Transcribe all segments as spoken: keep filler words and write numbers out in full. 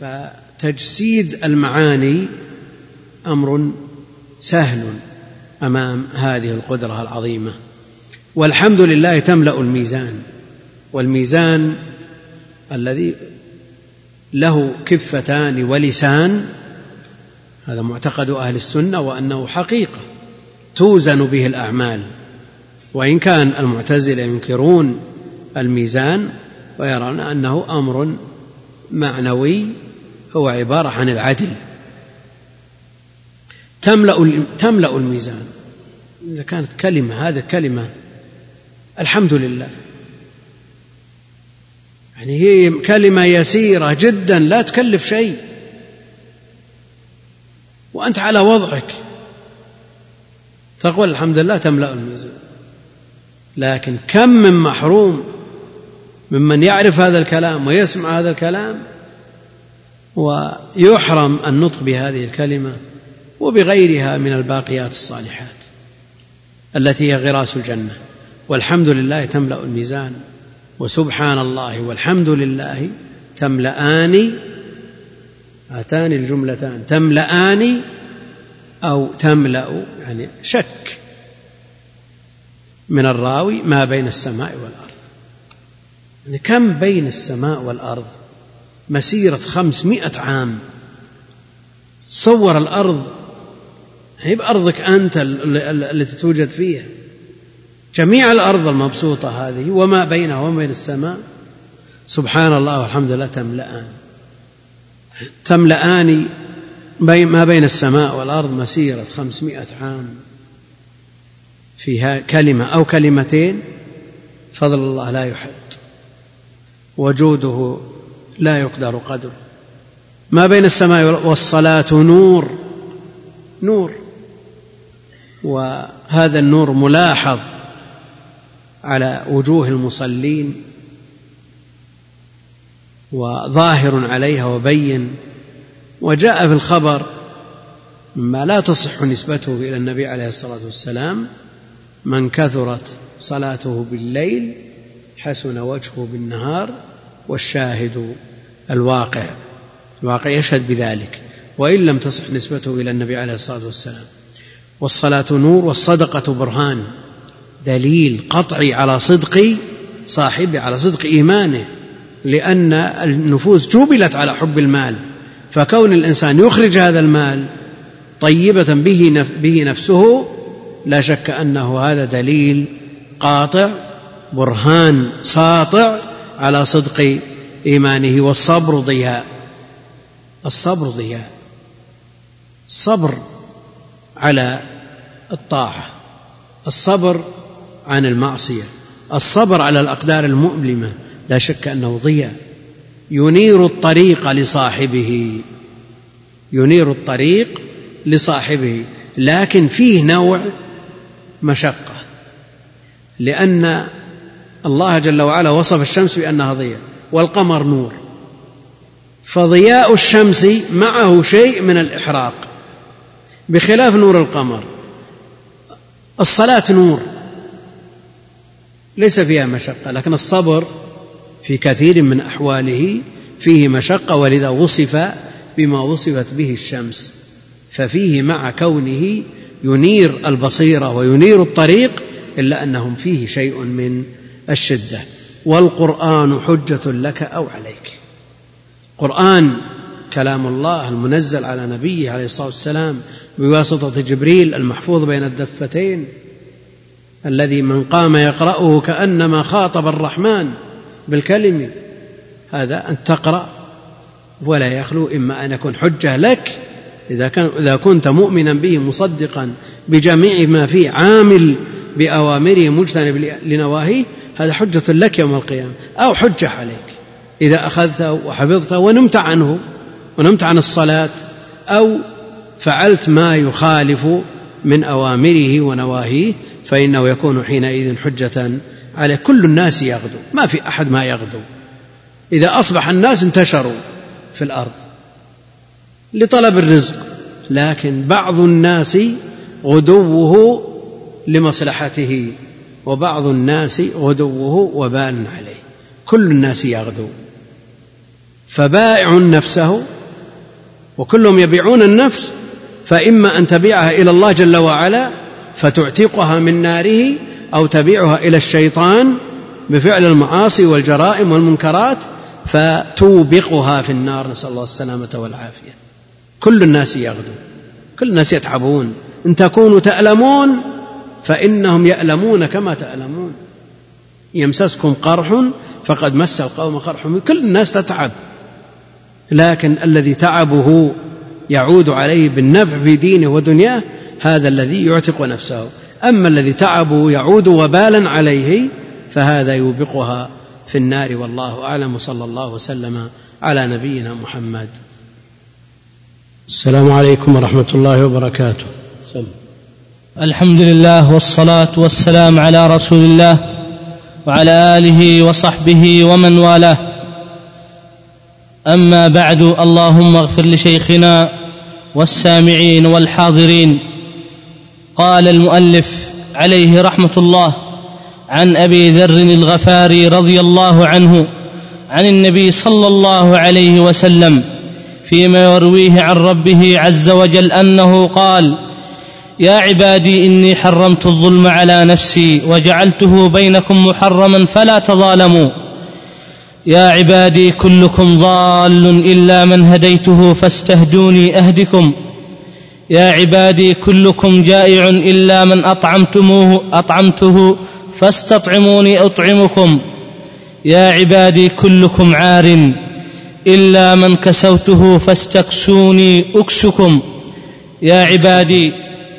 فتجسيد المعاني أمر سهل أمام هذه القدرة العظيمة. والحمد لله تملأ الميزان، والميزان الذي له كفتان ولسان هذا معتقد أهل السنة، وأنه حقيقة توزن به الأعمال، وإن كان المعتزلة ينكرون الميزان ويرون أنه أمر معنوي هو عبارة عن العدل. تملأ, تملأ الميزان. إذا كانت كلمة، هذا كلمة الحمد لله، يعني هي كلمة يسيرة جدا لا تكلف شيء، وأنت على وضعك تقول الحمد لله تملأ الميزان. لكن كم من محروم ممن يعرف هذا الكلام ويسمع هذا الكلام ويحرم النطق بهذه الكلمة وبغيرها من الباقيات الصالحات التي هي غراس الجنة. والحمد لله تملأ الميزان، وسبحان الله والحمد لله تملأان، هاتان الجملتان تملأان أو تملأ، يعني شك من الراوي ما بين السماء والأرض. يعني كم بين السماء والأرض؟ مسيرة خمسمائة عام. صور الأرض هي بأرضك أنت التي توجد فيها، جميع الأرض المبسوطة هذه وما بينها وما بين السماء. سبحان الله والحمد لله تملأان تملأان ما بين السماء والأرض مسيرة خمسمائة عام. فيها كلمة أو كلمتين فضل الله لا يحد، وجوده لا يقدر قدره. ما بين السماء والصلاة نور، نور، وهذا النور ملاحظ على وجوه المصلين وظاهر عليها وبين. وجاء في الخبر مما لا تصح نسبته إلى النبي عليه الصلاة والسلام: من كثرت صلاته بالليل حسن وجهه بالنهار، والشاهد الواقع الواقع يشهد بذلك، وإن لم تصح نسبته إلى النبي عليه الصلاة والسلام. والصلاة نور، والصدقة برهان، دليل قطعي على صدق صاحبه، على صدق إيمانه، لأن النفوس جبلت على حب المال، فكون الإنسان يخرج هذا المال طيبة به نفسه لا شك أنه هذا دليل قاطع، برهان ساطع على صدق إيمانه. والصبر ضياء، الصبر ضياء، الصبر على الطاعة، الصبر عن المعصية، الصبر على الأقدار المؤلمة، لا شك أنه ضياء ينير الطريق لصاحبه، ينير الطريق لصاحبه. لكن فيه نوع مشقة، لأن الله جل وعلا وصف الشمس بأنها ضياء والقمر نور، فضياء الشمس معه شيء من الإحراق بخلاف نور القمر. الصلاة نور ليس فيها مشقة، لكن الصبر في كثير من أحواله فيه مشقة، ولذا وصف بما وصفت به الشمس، ففيه مع كونه ينير البصيرة وينير الطريق إلا أنهم فيه شيء من الشدة. والقرآن حجة لك أو عليك. قرآن كلام الله المنزل على نبيه عليه الصلاة والسلام بواسطة جبريل المحفوظ بين الدفتين، الذي من قام يقرأه كأنما خاطب الرحمن بالكلمة، هذا أن تقرأ ولا يخلو إما أن يكون حجة لك إذا, كان إذا كنت مؤمنا به مصدقا بجميع ما فيه، عامل بأوامره مجتنب لنواهيه، هذا حجة لك يوم القيامة، أو حجة عليك إذا أخذته وحفظته ونمت عنه ونمت عن الصلاة، أو فعلت ما يخالف من أوامره ونواهيه، فإنه يكون حينئذ حجة على كل الناس يغدو، ما في أحد ما يغدو. إذا أصبح الناس انتشروا في الأرض لطلب الرزق، لكن بعض الناس غدوه لمصلحته، وبعض الناس غدوه وبال عليه، كل الناس يغدو. فبائع نفسه، وكلهم يبيعون النفس، فإما أن تبيعها إلى الله جل وعلا فتعتقها من ناره، أو تبيعها إلى الشيطان بفعل المعاصي والجرائم والمنكرات فتوبقها في النار، نسأل الله السلامة والعافية. كل الناس يغدو، كل الناس يتعبون، إن تكونوا تألمون فإنهم يألمون كما تألمون، يمسسكم قرح فقد مس القوم قرح، كل الناس تتعب، لكن الذي تعبه يعود عليه بالنفع في دينه ودنياه هذا الذي يعتق نفسه. أما الذي تعبه يعود وبالا عليه فهذا يوبقها في النار، والله أعلم. صلى الله وسلم على نبينا محمد. السلام عليكم ورحمة الله وبركاته. سلام. الحمد لله والصلاة والسلام على رسول الله وعلى آله وصحبه ومن والاه، أما بعد. اللهم اغفر لشيخنا والسامعين والحاضرين. قال المؤلف عليه رحمة الله: عن أبي ذر الغفاري رضي الله عنه عن النبي صلى الله عليه وسلم فيما يرويه عن ربه عز وجل أنه قال: يا عبادي إني حرمت الظلم على نفسي وجعلته بينكم محرما فلا تظالموا. يا عبادي كلكم ضال إلا من هديته فاستهدوني أهدكم. يا عبادي كلكم جائع إلا من أطعمتموه أطعمته فاستطعموني أطعمكم. يا عبادي كلكم عار إلا من كسوته فاستكسوني أكسكم. يا عبادي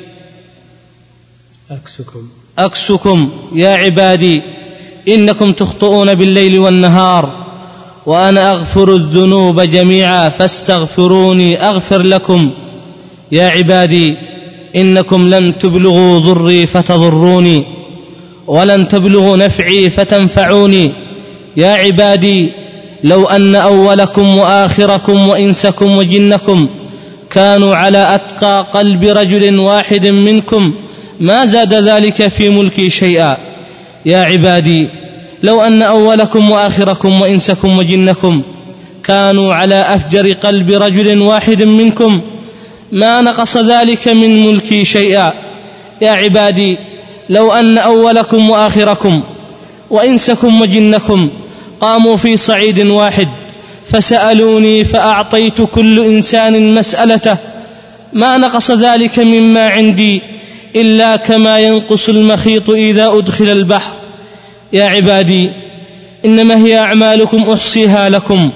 أكسكم أكسكم يا عبادي إنكم تخطئون بالليل والنهار وأنا أغفر الذنوب جميعا فاستغفروني أغفر لكم. يا عبادي إنكم لن تبلغوا ضري فتضروني ولن تبلغوا نفعي فتنفعوني. يا عبادي لو أن أولكم وآخركم وإنسكم وجنكم كانوا على أتقى قلب رجل واحد منكم ما زاد ذلك في ملكي شيئا. يا عبادي لو أن أولكم وآخركم وإنسكم وجنكم كانوا على أفجر قلب رجل واحد منكم ما نقص ذلك من ملكي شيئا. يا عبادي لو أن أولكم وآخركم وإنسكم وجنكم قاموا في صعيد واحد فسألوني فأعطيت كل إنسان مسألته ما نقص ذلك مما عندي إلا كما ينقص المخيط إذا أدخل البحر. يا عبادي إنما هي أعمالكم أحصيها لكم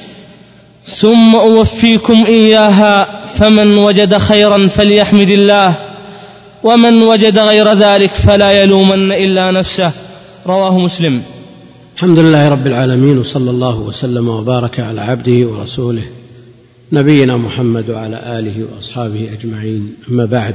ثم أوفيكم إياها، فمن وجد خيرا فليحمد الله ومن وجد غير ذلك فلا يلومن إلا نفسه. رواه مسلم. الحمد لله رب العالمين، وصلى الله وسلم وبارك على عبده ورسوله نبينا محمد وعلى آله وأصحابه أجمعين. أما بعد،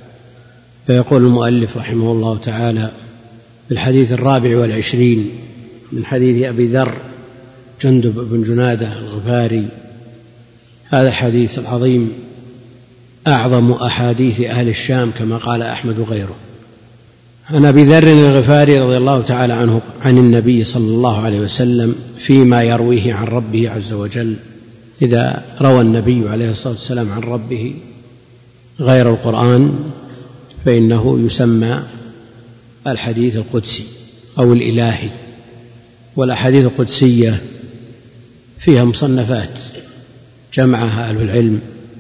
فيقول المؤلف رحمه الله تعالى في الحديث الرابع والعشرين من حديث أبي ذر جندب بن جنادة الغفاري. هذا الحديث العظيم أعظم أحاديث أهل الشام كما قال أحمد وغيره. عن أبي ذر الغفاري رضي الله تعالى عنه عن النبي صلى الله عليه وسلم فيما يرويه عن ربه عز وجل. إذا روى النبي عليه الصلاة والسلام عن ربه غير القرآن فإنه يسمى الحديث القدسي أو الإلهي. والأحاديث القدسية فيها مصنفات جمعها أهل العلم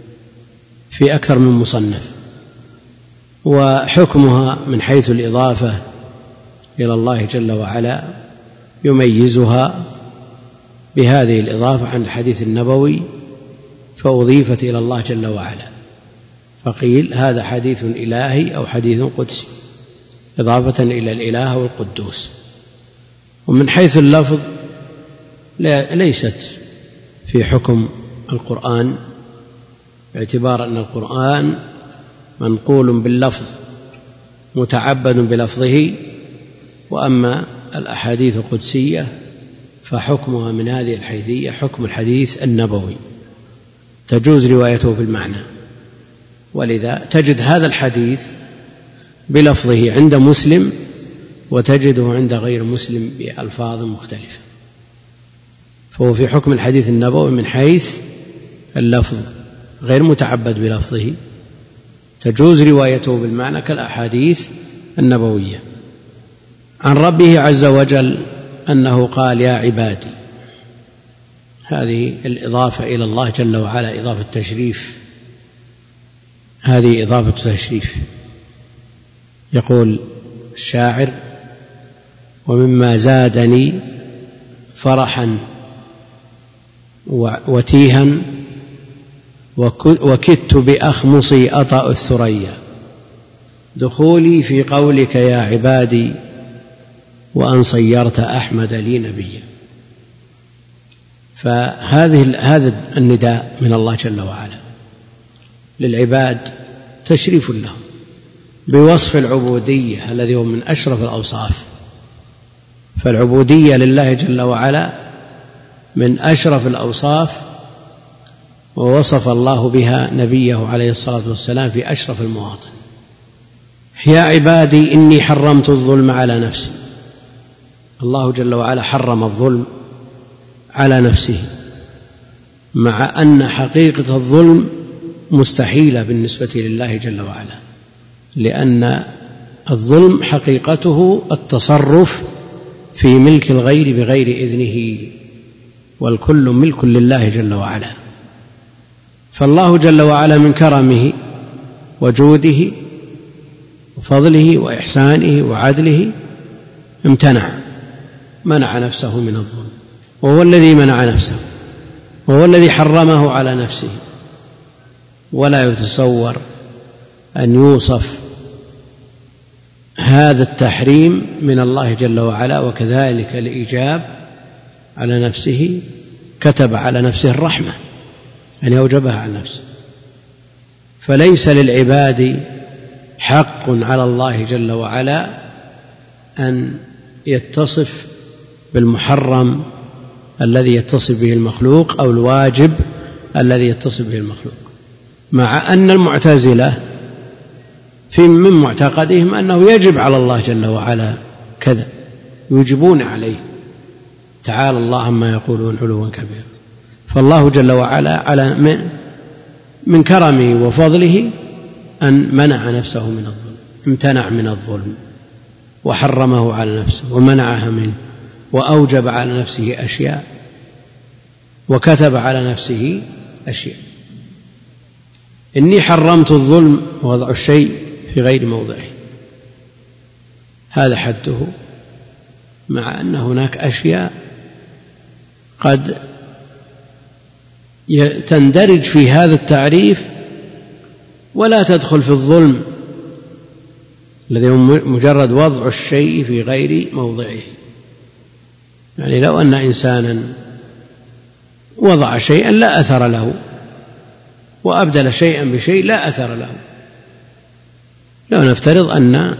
في أكثر من مصنف، وحكمها من حيث الإضافة إلى الله جل وعلا يميزها بهذه الإضافة عن الحديث النبوي فأضيفت إلى الله جل وعلا، فقيل هذا حديث إلهي أو حديث قدسي إضافة إلى الإله والقدوس. ومن حيث اللفظ ليست في حكم القرآن، باعتبار أن القرآن منقول باللفظ متعبد بلفظه، وأما الأحاديث القدسية فحكمها من هذه الحيثية حكم الحديث النبوي، تجوز روايته بالمعنى. ولذا تجد هذا الحديث بلفظه عند مسلم وتجده عند غير مسلم بألفاظ مختلفة، فهو في حكم الحديث النبوي من حيث اللفظ غير متعبد بلفظه، تجوز روايته بالمعنى كالأحاديث النبوية. عن ربه عز وجل أنه قال يا عبادي، هذه الإضافة إلى الله جل وعلا إضافة تشريف، هذه إضافة تشريف. يقول الشاعر: ومما زادني فرحا وتيها وكدت بأخمصي أطأ الثريا، دخولي في قولك يا عبادي وأن صيرت أحمد لي نبيا. فهذه هذا النداء من الله جل وعلا للعباد تشريف لهم بوصف العبودية الذي هو من أشرف الأوصاف. فالعبودية لله جل وعلا من أشرف الأوصاف، ووصف الله بها نبيه عليه الصلاة والسلام في أشرف المواطن. يا عبادي إني حرمت الظلم على نفسي، الله جل وعلا حرم الظلم على نفسه، مع أن حقيقة الظلم مستحيلة بالنسبة لله جل وعلا، لأن الظلم حقيقته التصرف في ملك الغير بغير إذنه، والكل ملك لله جل وعلا. فالله جل وعلا من كرمه وجوده وفضله وإحسانه وعدله امتنع، منع نفسه من الظلم، وهو الذي منع نفسه، وهو الذي حرمه على نفسه. ولا يتصور أن يوصف هذا التحريم من الله جل وعلا. وكذلك الإيجاب على نفسه، كتب على نفسه الرحمة أن يوجبها على نفسه. فليس للعباد حق على الله جل وعلا أن يتصف بالمحرم الذي يتصف به المخلوق أو الواجب الذي يتصف به المخلوق، مع أن المعتزلة في من معتقدهم أنه يجب على الله جل وعلا كذا، يوجبون عليه، تعالى الله عما يقولون علوا كبيرا. فالله جل وعلا على من, من كرمه وفضله أن منع نفسه من الظلم، امتنع من الظلم وحرمه على نفسه ومنعها منه، وأوجب على نفسه أشياء وكتب على نفسه أشياء. إني حرمت الظلم ووضع الشيء في غير موضعه، هذا حده، مع أن هناك أشياء قد تندرج في هذا التعريف ولا تدخل في الظلم الذي هو مجرد وضع الشيء في غير موضعه. يعني لو أن إنسانا وضع شيئا لا أثر له وأبدل شيئا بشيء لا أثر له، لو نفترض أن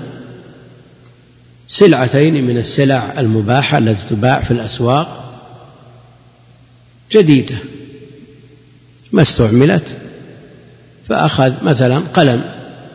سلعتين من السلع المباحة التي تباع في الأسواق جديدة ما استعملت، فأخذ مثلا قلم،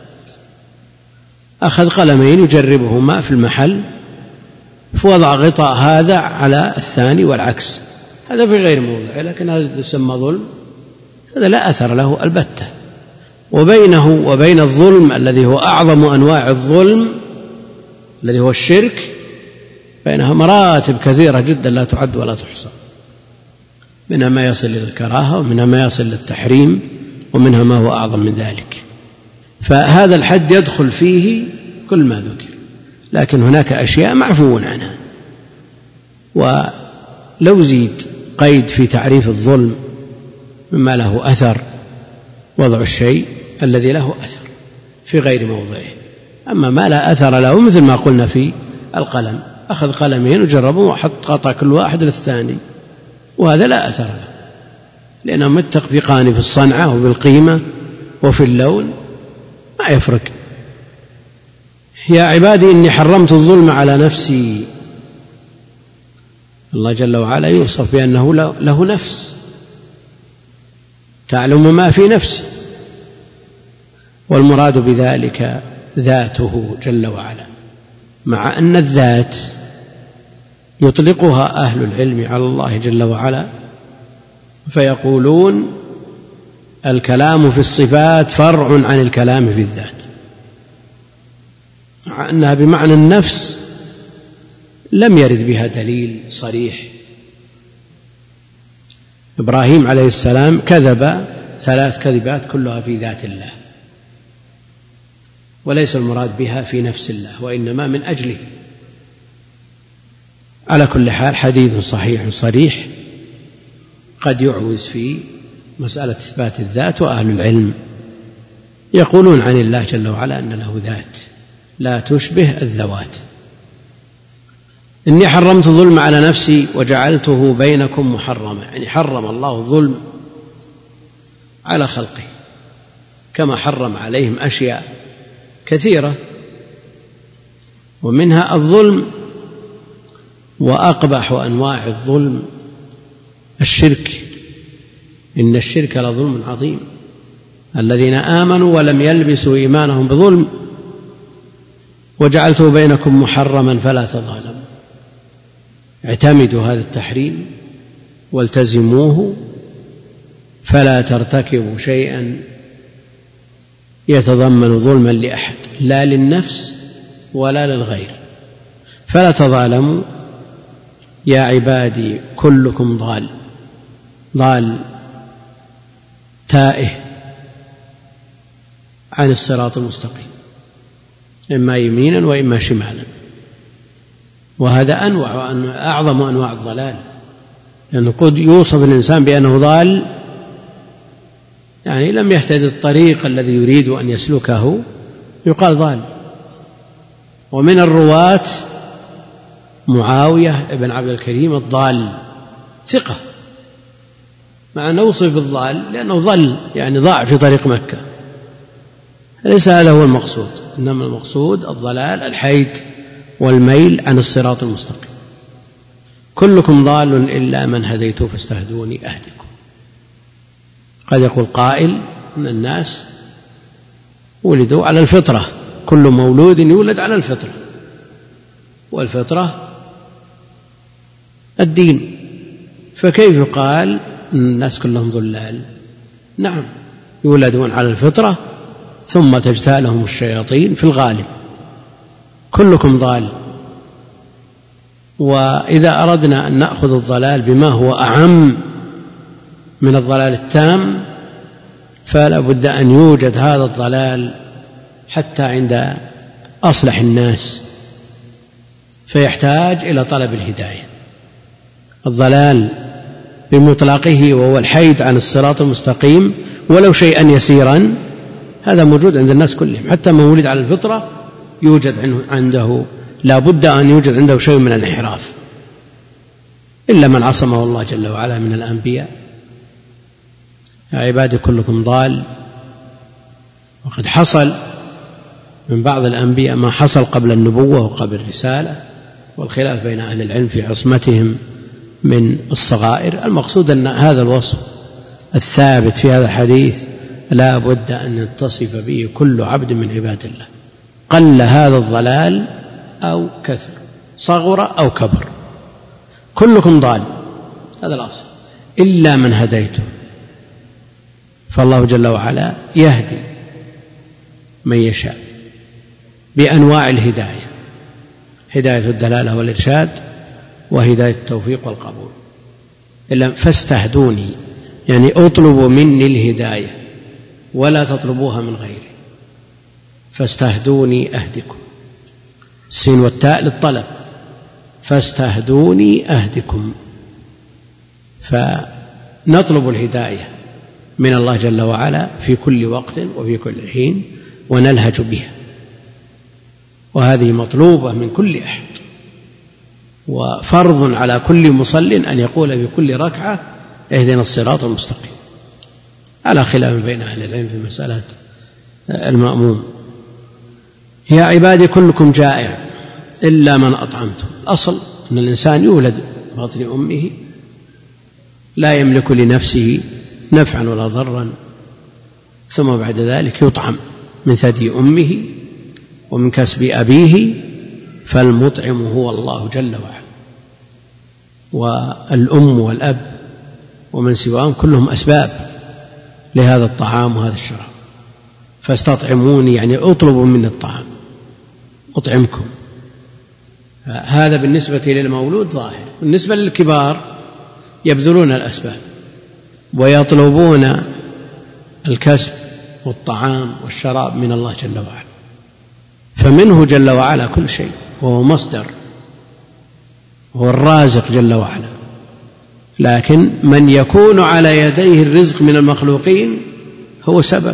أخذ قلمين يجربهما في المحل، فوضع غطاء هذا على الثاني والعكس، هذا في غير موضعه، لكن هذا يسمى ظلم، هذا لا أثر له البتة. وبينه وبين الظلم الذي هو أعظم أنواع الظلم الذي هو الشرك بينها مراتب كثيرة جدا لا تعد ولا تحصى، منها ما يصل إلى الكراهة، ومنها ما يصل إلى التحريم، ومنها ما هو أعظم من ذلك. فهذا الحد يدخل فيه كل ما ذكر، لكن هناك أشياء معفو عنها. ولو زيد قيد في تعريف الظلم مما له أثر، وضع الشيء الذي له أثر في غير موضعه. أما ما لا أثر له مثل ما قلنا في القلم، أخذ قلمين وجربوا وحط قطع كل واحد للثاني، وهذا لا أثر له لأنهم متفقان في الصنعة وبالقيمة وفي اللون، ما يفرق. يا عبادي إني حرمت الظلم على نفسي، الله جل وعلا يوصف بأنه له نفس تعلم ما في نفسه، والمراد بذلك ذاته جل وعلا، مع أن الذات يطلقها أهل العلم على الله جل وعلا فيقولون الكلام في الصفات فرع عن الكلام في الذات، مع أنها بمعنى النفس لم يرد بها دليل صريح. إبراهيم عليه السلام كذب ثلاث كذبات كلها في ذات الله، وليس المراد بها في نفس الله وإنما من أجله. على كل حال حديث صحيح صريح قد يعوز في مسألة إثبات الذات، وأهل العلم يقولون عن الله جل وعلا أن له ذات لا تشبه الذوات. إني حرمت الظلم على نفسي وجعلته بينكم محرما، يعني حرم الله الظلم على خلقه كما حرم عليهم أشياء كثيرة، ومنها الظلم، وأقبح أنواع الظلم الشرك، إن الشرك لظلم عظيم. الذين آمنوا ولم يلبسوا إيمانهم بظلم وجعلته بينكم محرما فلا تظالموا. اعتمدوا هذا التحريم والتزموه، فلا ترتكبوا شيئا يتضمن ظلما لأحد، لا للنفس ولا للغير. فلا تظالموا يا عبادي كلكم ضال، ضال تائه عن الصراط المستقيم، إما يمينا وإما شمالا. وهذا أنواع أعظم أنواع الضلال، لأنه قد يوصف الإنسان بأنه ضال، يعني لم يهتد الطريق الذي يريد أن يسلكه يقال ضال. ومن الرواة معاوية بن عبد الكريم الضال، ثقة، مع أنه وصف بالضال لأنه ضل، يعني ضاع في طريق مكة. ليس هذا هو المقصود، إنما المقصود الضلال الحيد والميل عن الصراط المستقيم. كلكم ضال إلا من هديته فاستهدوني أهدكم. قد يقول قائل أن الناس ولدوا على الفطرة، كل مولود يولد على الفطرة، والفطرة الدين، فكيف يقال الناس كلهم ضلال؟ نعم، يولدون على الفطرة ثم تجتالهم الشياطين في الغالب. كلكم ضال. وإذا أردنا أن نأخذ الضلال بما هو أعم من الضلال التام، فلا بد أن يوجد هذا الضلال حتى عند أصلح الناس، فيحتاج إلى طلب الهداية. الضلال بمطلقه وهو الحيد عن الصراط المستقيم ولو شيئا يسيرا، هذا موجود عند الناس كلهم، حتى من ولد على الفطرة يوجد عنده، لا بد أن يوجد عنده شيء من الانحراف، إلا من عصمه الله جل وعلا من الأنبياء. يا عبادي كلكم ضال. وقد حصل من بعض الأنبياء ما حصل قبل النبوة وقبل الرسالة، والخلاف بين أهل العلم في عصمتهم من الصغائر. المقصود أن هذا الوصف الثابت في هذا الحديث لا بد أن يتصف به كل عبد من عباد الله، قل هذا الضلال أو كثر، صغر أو كبر، كلكم ضال، هذا الأصل، إلا من هديته. فالله جل وعلا يهدي من يشاء بأنواع الهداية، هداية الدلالة والإرشاد، وهداية التوفيق والقبول. إلا فاستهدوني، يعني اطلبوا مني الهداية ولا تطلبوها من غيري. فاستهدوني أهدكم، السين والتاء للطلب، فاستهدوني أهدكم. فنطلب الهداية من الله جل وعلا في كل وقت وفي كل حين ونلهج بها، وهذه مطلوبة من كل أحد، وفرض على كل مصل أن يقول في كل ركعة اهدنا الصراط المستقيم، على خلاف بين أهل العلم في مسألة المأموم. يا عبادي كلكم جائع إلا من أطعمته. الأصل أن الإنسان يولد في بطن أمه لا يملك لنفسه نفعا ولا ضرا، ثم بعد ذلك يطعم من ثدي أمه ومن كسب أبيه، فالمطعم هو الله جل وعلا. والأم والأب ومن سواهم كلهم أسباب لهذا الطعام وهذا الشراب. فاستطعموني يعني اطلبوا مني الطعام أطعمكم. هذا بالنسبة للمولود ظاهر. بالنسبة للكبار يبذلون الأسباب ويطلبون الكسب والطعام والشراب من الله جل وعلا، فمنه جل وعلا كل شيء، وهو مصدر، هو الرازق جل وعلا. لكن من يكون على يديه الرزق من المخلوقين هو سبب.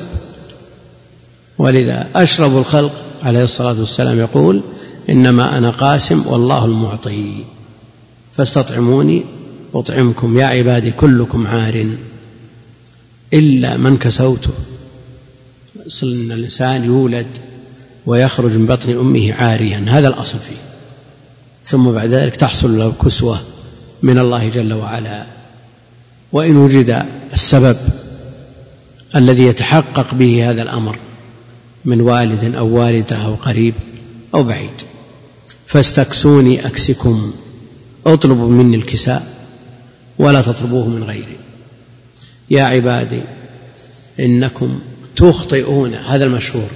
ولذا أشرف الخلق عليه الصلاة والسلام يقول: إنما أنا قاسم والله المعطي فاستطعموني أطعمكم يا عبادي كلكم عار إلا من كسوته. أصل أن الإنسان يولد ويخرج من بطن أمه عاريا، هذا الأصل فيه، ثم بعد ذلك تحصل له الكسوة من الله جل وعلا. وإن وجد السبب الذي يتحقق به هذا الأمر من والد أو والدة أو قريب أو بعيد، فاستكسوني أكسكم، اطلبوا مني الكساء ولا تطلبوه من غيري. يا عبادي إنكم تخطئون، هذا المشهور،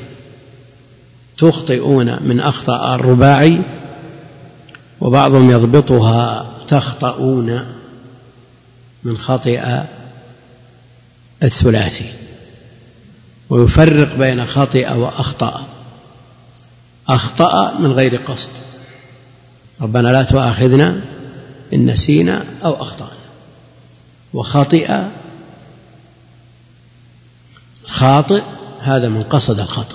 تخطئون من أخطأ الرباعي، وبعضهم يضبطها تخطئون من خطئ الثلاثي، ويفرق بين خطئ وأخطأ. أخطأ من غير قصد، ربنا لا تؤاخذنا إن نسينا أو أخطأنا. وخطئ خاطئ هذا من قصد الخطأ.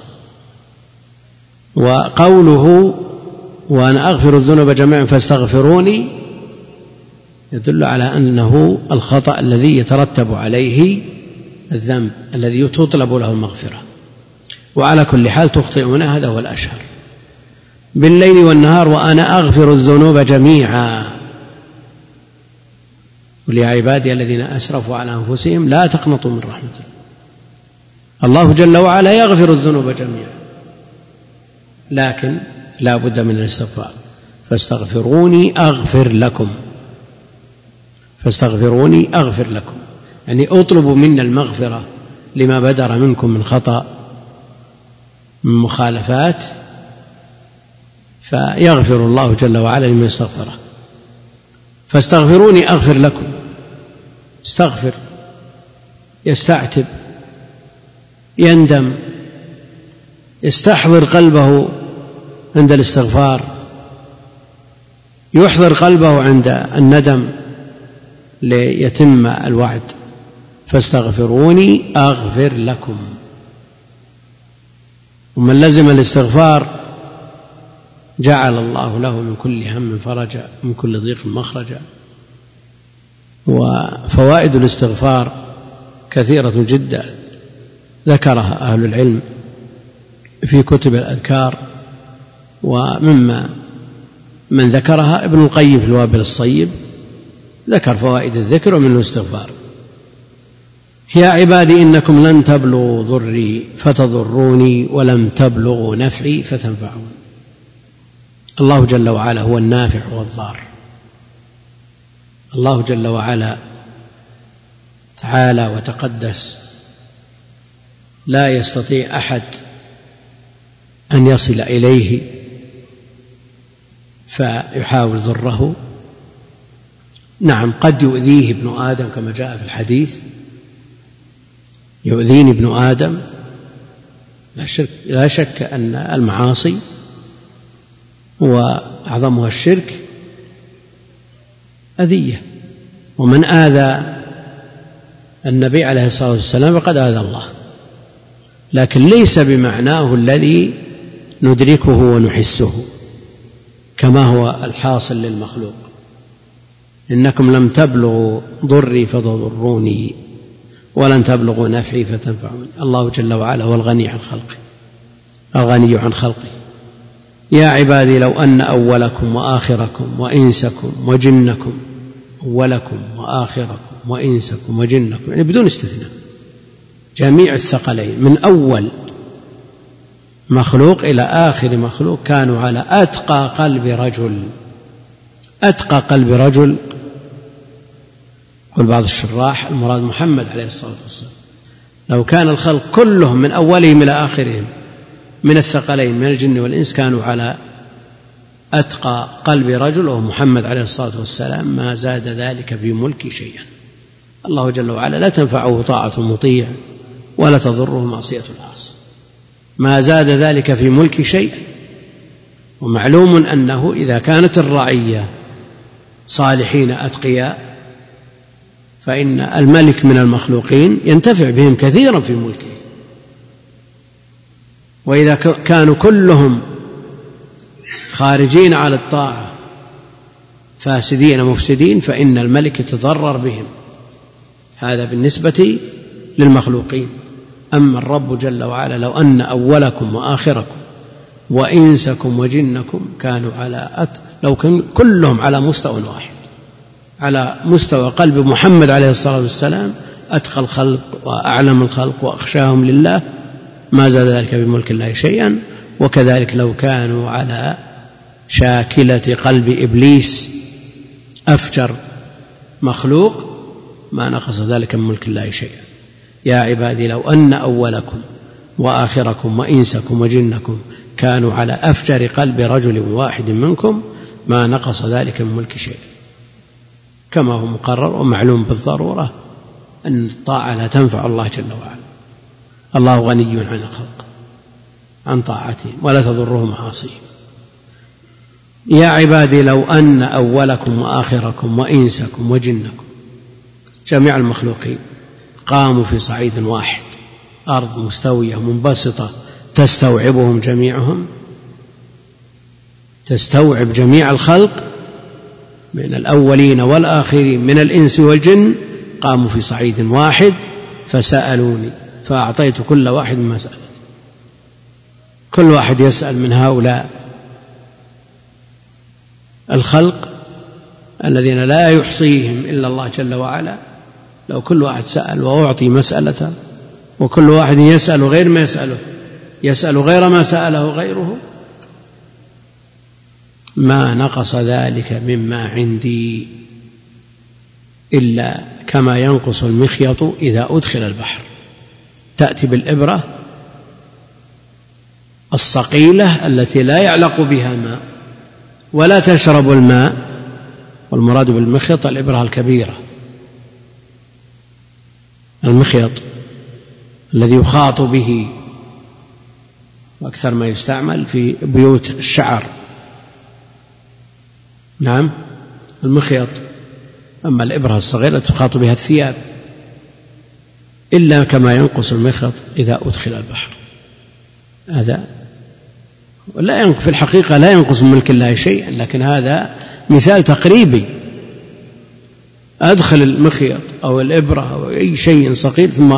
وقوله وأنا أغفر الذنوب جميعا فاستغفروني يدل على أنه الخطأ الذي يترتب عليه الذنب الذي تطلب له المغفرة. وعلى كل حال تخطئون، هذا هو الأشهر، بالليل والنهار وأنا أغفر الذنوب جميعا. قل يا عبادي الذين أسرفوا على أنفسهم لا تقنطوا من رحمة الله. الله جل وعلا يغفر الذنوب جميعا، لكن لا بد من الاستغفار. فاستغفروني أغفر لكم، فاستغفروني أغفر لكم، يعني اطلبوا منا المغفرة لما بدر منكم من خطأ من مخالفات، فيغفر الله جل وعلا لمن استغفره. فاستغفروني أغفر لكم، استغفر، يستعتب، يندم، يستحضر قلبه عند الاستغفار، يحضر قلبه عند الندم ليتم الوعد. فاستغفروني أغفر لكم. ومن لزم الاستغفار جعل الله له من كل هم فرجا من كل ضيق مخرجا. وفوائد الاستغفار كثيرة جدا ذكرها أهل العلم في كتب الأذكار، ومما من ذكرها ابن القيم في الوابل الصيب ذكر فوائد الذكر ومن الاستغفار. يا عبادي إنكم لن تبلغوا ضري فتضروني ولم تبلغوا نفعي فتنفعون. الله جل وعلا هو النافع والضار. الله جل وعلا تعالى وتقدس لا يستطيع أحد أن يصل إليه فيحاول ضره. نعم قد يؤذيه ابن آدم كما جاء في الحديث، يؤذيني ابن آدم، لا شك, لا شك أن المعاصي وأعظمها الشرك أذية، ومن آذى النبي عليه الصلاة والسلام فقد آذى الله، لكن ليس بمعناه الذي ندركه ونحسه كما هو الحاصل للمخلوق. إنكم لم تبلغوا ضري فتضروني ولن تبلغوا نفعي فتنفعون. الله جل وعلا هو الغني عن خلقه، الغني عن خلقه. يا عبادي لو أن أولكم وآخركم وإنسكم وجنكم، أولكم وآخركم وإنسكم وجنكم يعني بدون استثناء، جميع الثقلين من أول مخلوق إلى آخر مخلوق كانوا على أتقى قلب رجل، أتقى قلب رجل يقول بعض الشراح المراد محمد عليه الصلاة والسلام. لو كان الخلق كلهم من أولهم إلى آخرهم من الثقلين من الجن والإنس كانوا على أتقى قلب رجل وهو محمد عليه الصلاة والسلام ما زاد ذلك في ملكي شيئا. الله جل وعلا لا تنفعه طاعة المطيع ولا تضره معصية العاصي، ما زاد ذلك في ملك شيئا. ومعلوم أنه إذا كانت الرعية صالحين أتقياء فإن الملك من المخلوقين ينتفع بهم كثيرا في ملكه، وإذا كانوا كلهم خارجين على الطاعة فاسدين مفسدين فإن الملك يتضرر بهم. هذا بالنسبة للمخلوقين. أما الرب جل وعلا لو أن أولكم وآخركم وإنسكم وجنكم كانوا على أت... لو كان كلهم على مستوى واحد، على مستوى قلب محمد عليه الصلاة والسلام أتقى الخلق وأعلم الخلق وأخشاهم لله ما زاد ذلك بملك الله شيئا. وكذلك لو كانوا على شاكلة قلب إبليس أفجر مخلوق ما نقص ذلك من ملك الله شيئا. يا عبادي لو أن أولكم وآخركم وإنسكم وجنكم كانوا على أفجر قلب رجل واحد منكم ما نقص ذلك من ملك شيئا. كما هو مقرر ومعلوم بالضرورة أن الطاعة لا تنفع الله جل وعلا. الله غني عن الخلق عن طاعتهم ولا تضره معاصيهم. يا عبادي لو أن أولكم وآخركم وإنسكم وجنكم جميع المخلوقين قاموا في صعيد واحد، أرض مستوية منبسطة تستوعبهم جميعهم، تستوعب جميع الخلق من الأولين والآخرين من الإنس والجن، قاموا في صعيد واحد فسألوني فأعطيت كل واحد ما سأل. كل واحد يسأل من هؤلاء الخلق الذين لا يحصيهم إلا الله جل وعلا، لو كل واحد سأل وأعطي مسألة وكل واحد يسأل غير ما يسأله يسأل غير ما سأله غيره ما نقص ذلك مما عندي إلا كما ينقص المخيط إذا أدخل البحر. تأتي بالإبرة الصقيلة التي لا يعلق بها ماء ولا تشرب الماء، والمراد بالمخيط الإبرة الكبيرة، المخيط الذي يخاط به وأكثر ما يستعمل في بيوت الشعر. نعم المخيط. أما الإبرة الصغيرة تخاط بها الثياب، إلا كما ينقص المخيط إذا أدخل البحر. هذا لا ينقص في الحقيقة، لا ينقص من ملك الله شيئا، لكن هذا مثال تقريبي. أدخل المخيط أو الإبرة أو أي شيء صغير ثم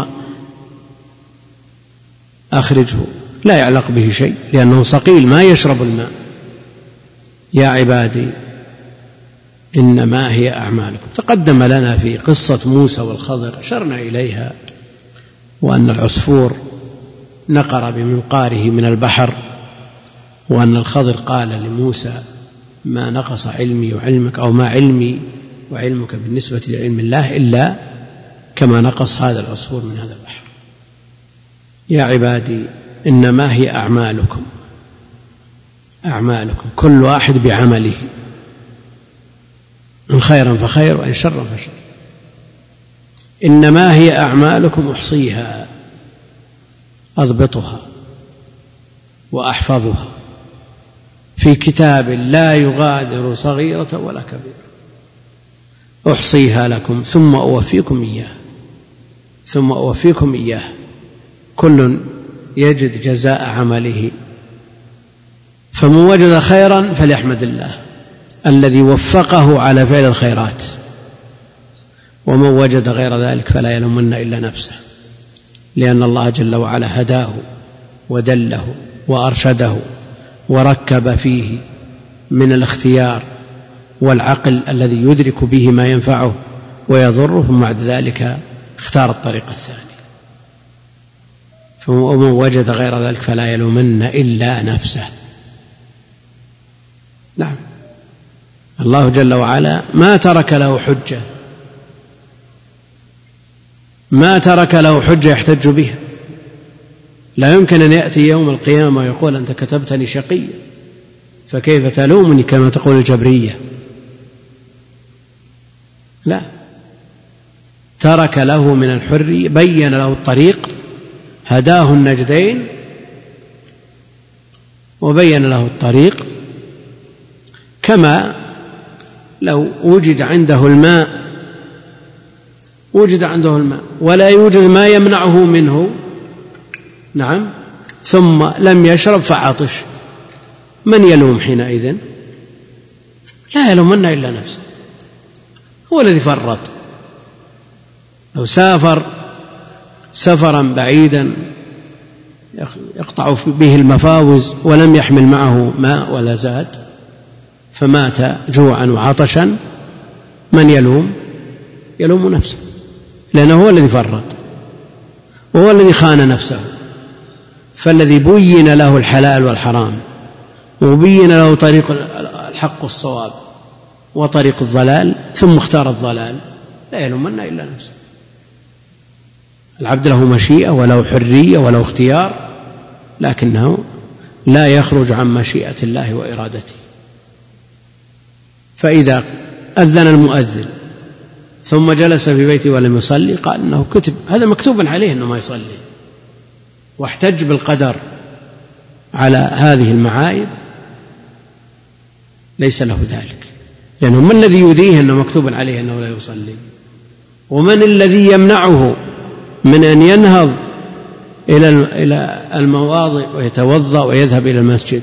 أخرجه لا يعلق به شيء لأنه صقيل ما يشرب الماء. يا عبادي إنما هي أعمالكم. تقدم لنا في قصة موسى والخضر أشرنا إليها، وأن العصفور نقر بمنقاره من البحر، وأن الخضر قال لموسى ما نقص علمي وعلمك أو ما علمي وعلمك بالنسبة لعلم الله إلا كما نقص هذا العصفور من هذا البحر. يا عبادي إنما هي أعمالكم أعمالكم كل واحد بعمله، إن خيرا فخير وإن شرا فشر. إنما هي أعمالكم أحصيها أضبطها وأحفظها في كتاب لا يغادر صغيرة ولا كبيرة، أحصيها لكم ثم أوفيكم إياه ثم أوفيكم إياه كل يجد جزاء عمله. فمن وجد خيرا فليحمد الله الذي وفقه على فعل الخيرات، ومن وجد غير ذلك فلا يلومن إلا نفسه، لأن الله جل وعلا هداه ودله وأرشده وركب فيه من الاختيار والعقل الذي يدرك به ما ينفعه ويضره، ثم بعد ذلك اختار الطريق الثاني. ومن وجد غير ذلك فلا يلومن إلا نفسه. نعم الله جل وعلا ما ترك له حجة ما ترك له حجة يحتج بها. لا يمكن أن يأتي يوم القيامة ويقول أنت كتبتني شقيا فكيف تلومني كما تقول الجبرية؟ لا، ترك له من الحرية، بين له الطريق، هداه النجدين وبين له الطريق. كما لو وجد عنده الماء وجد عنده الماء ولا يوجد ما يمنعه منه، نعم، ثم لم يشرب فعطش، من يلوم حينئذ؟ لا يلومن إلا نفسه، هو الذي فرط. لو سافر سفرا بعيدا يقطع به المفاوز ولم يحمل معه ماء ولا زاد فمات جوعا وعطشا، من يلوم؟ يلوم نفسه، لأنه هو الذي فرط وهو الذي خان نفسه. فالذي بين له الحلال والحرام وبين له طريق الحق والصواب وطريق الضلال ثم اختار الضلال لا يلومن إلا نفسه. العبد له مشيئة وله حرية وله اختيار، لكنه لا يخرج عن مشيئة الله وإرادته. فإذا أذن المؤذن ثم جلس في بيته ولم يصلي قال إنه كتب، هذا مكتوب عليه أنه ما يصلي، واحتج بالقدر على هذه المعايب، ليس له ذلك، لأنه من الذي يديه أنه مكتوب عليه أنه لا يصلي؟ ومن الذي يمنعه من أن ينهض إلى المواضع ويتوضأ ويذهب إلى المسجد؟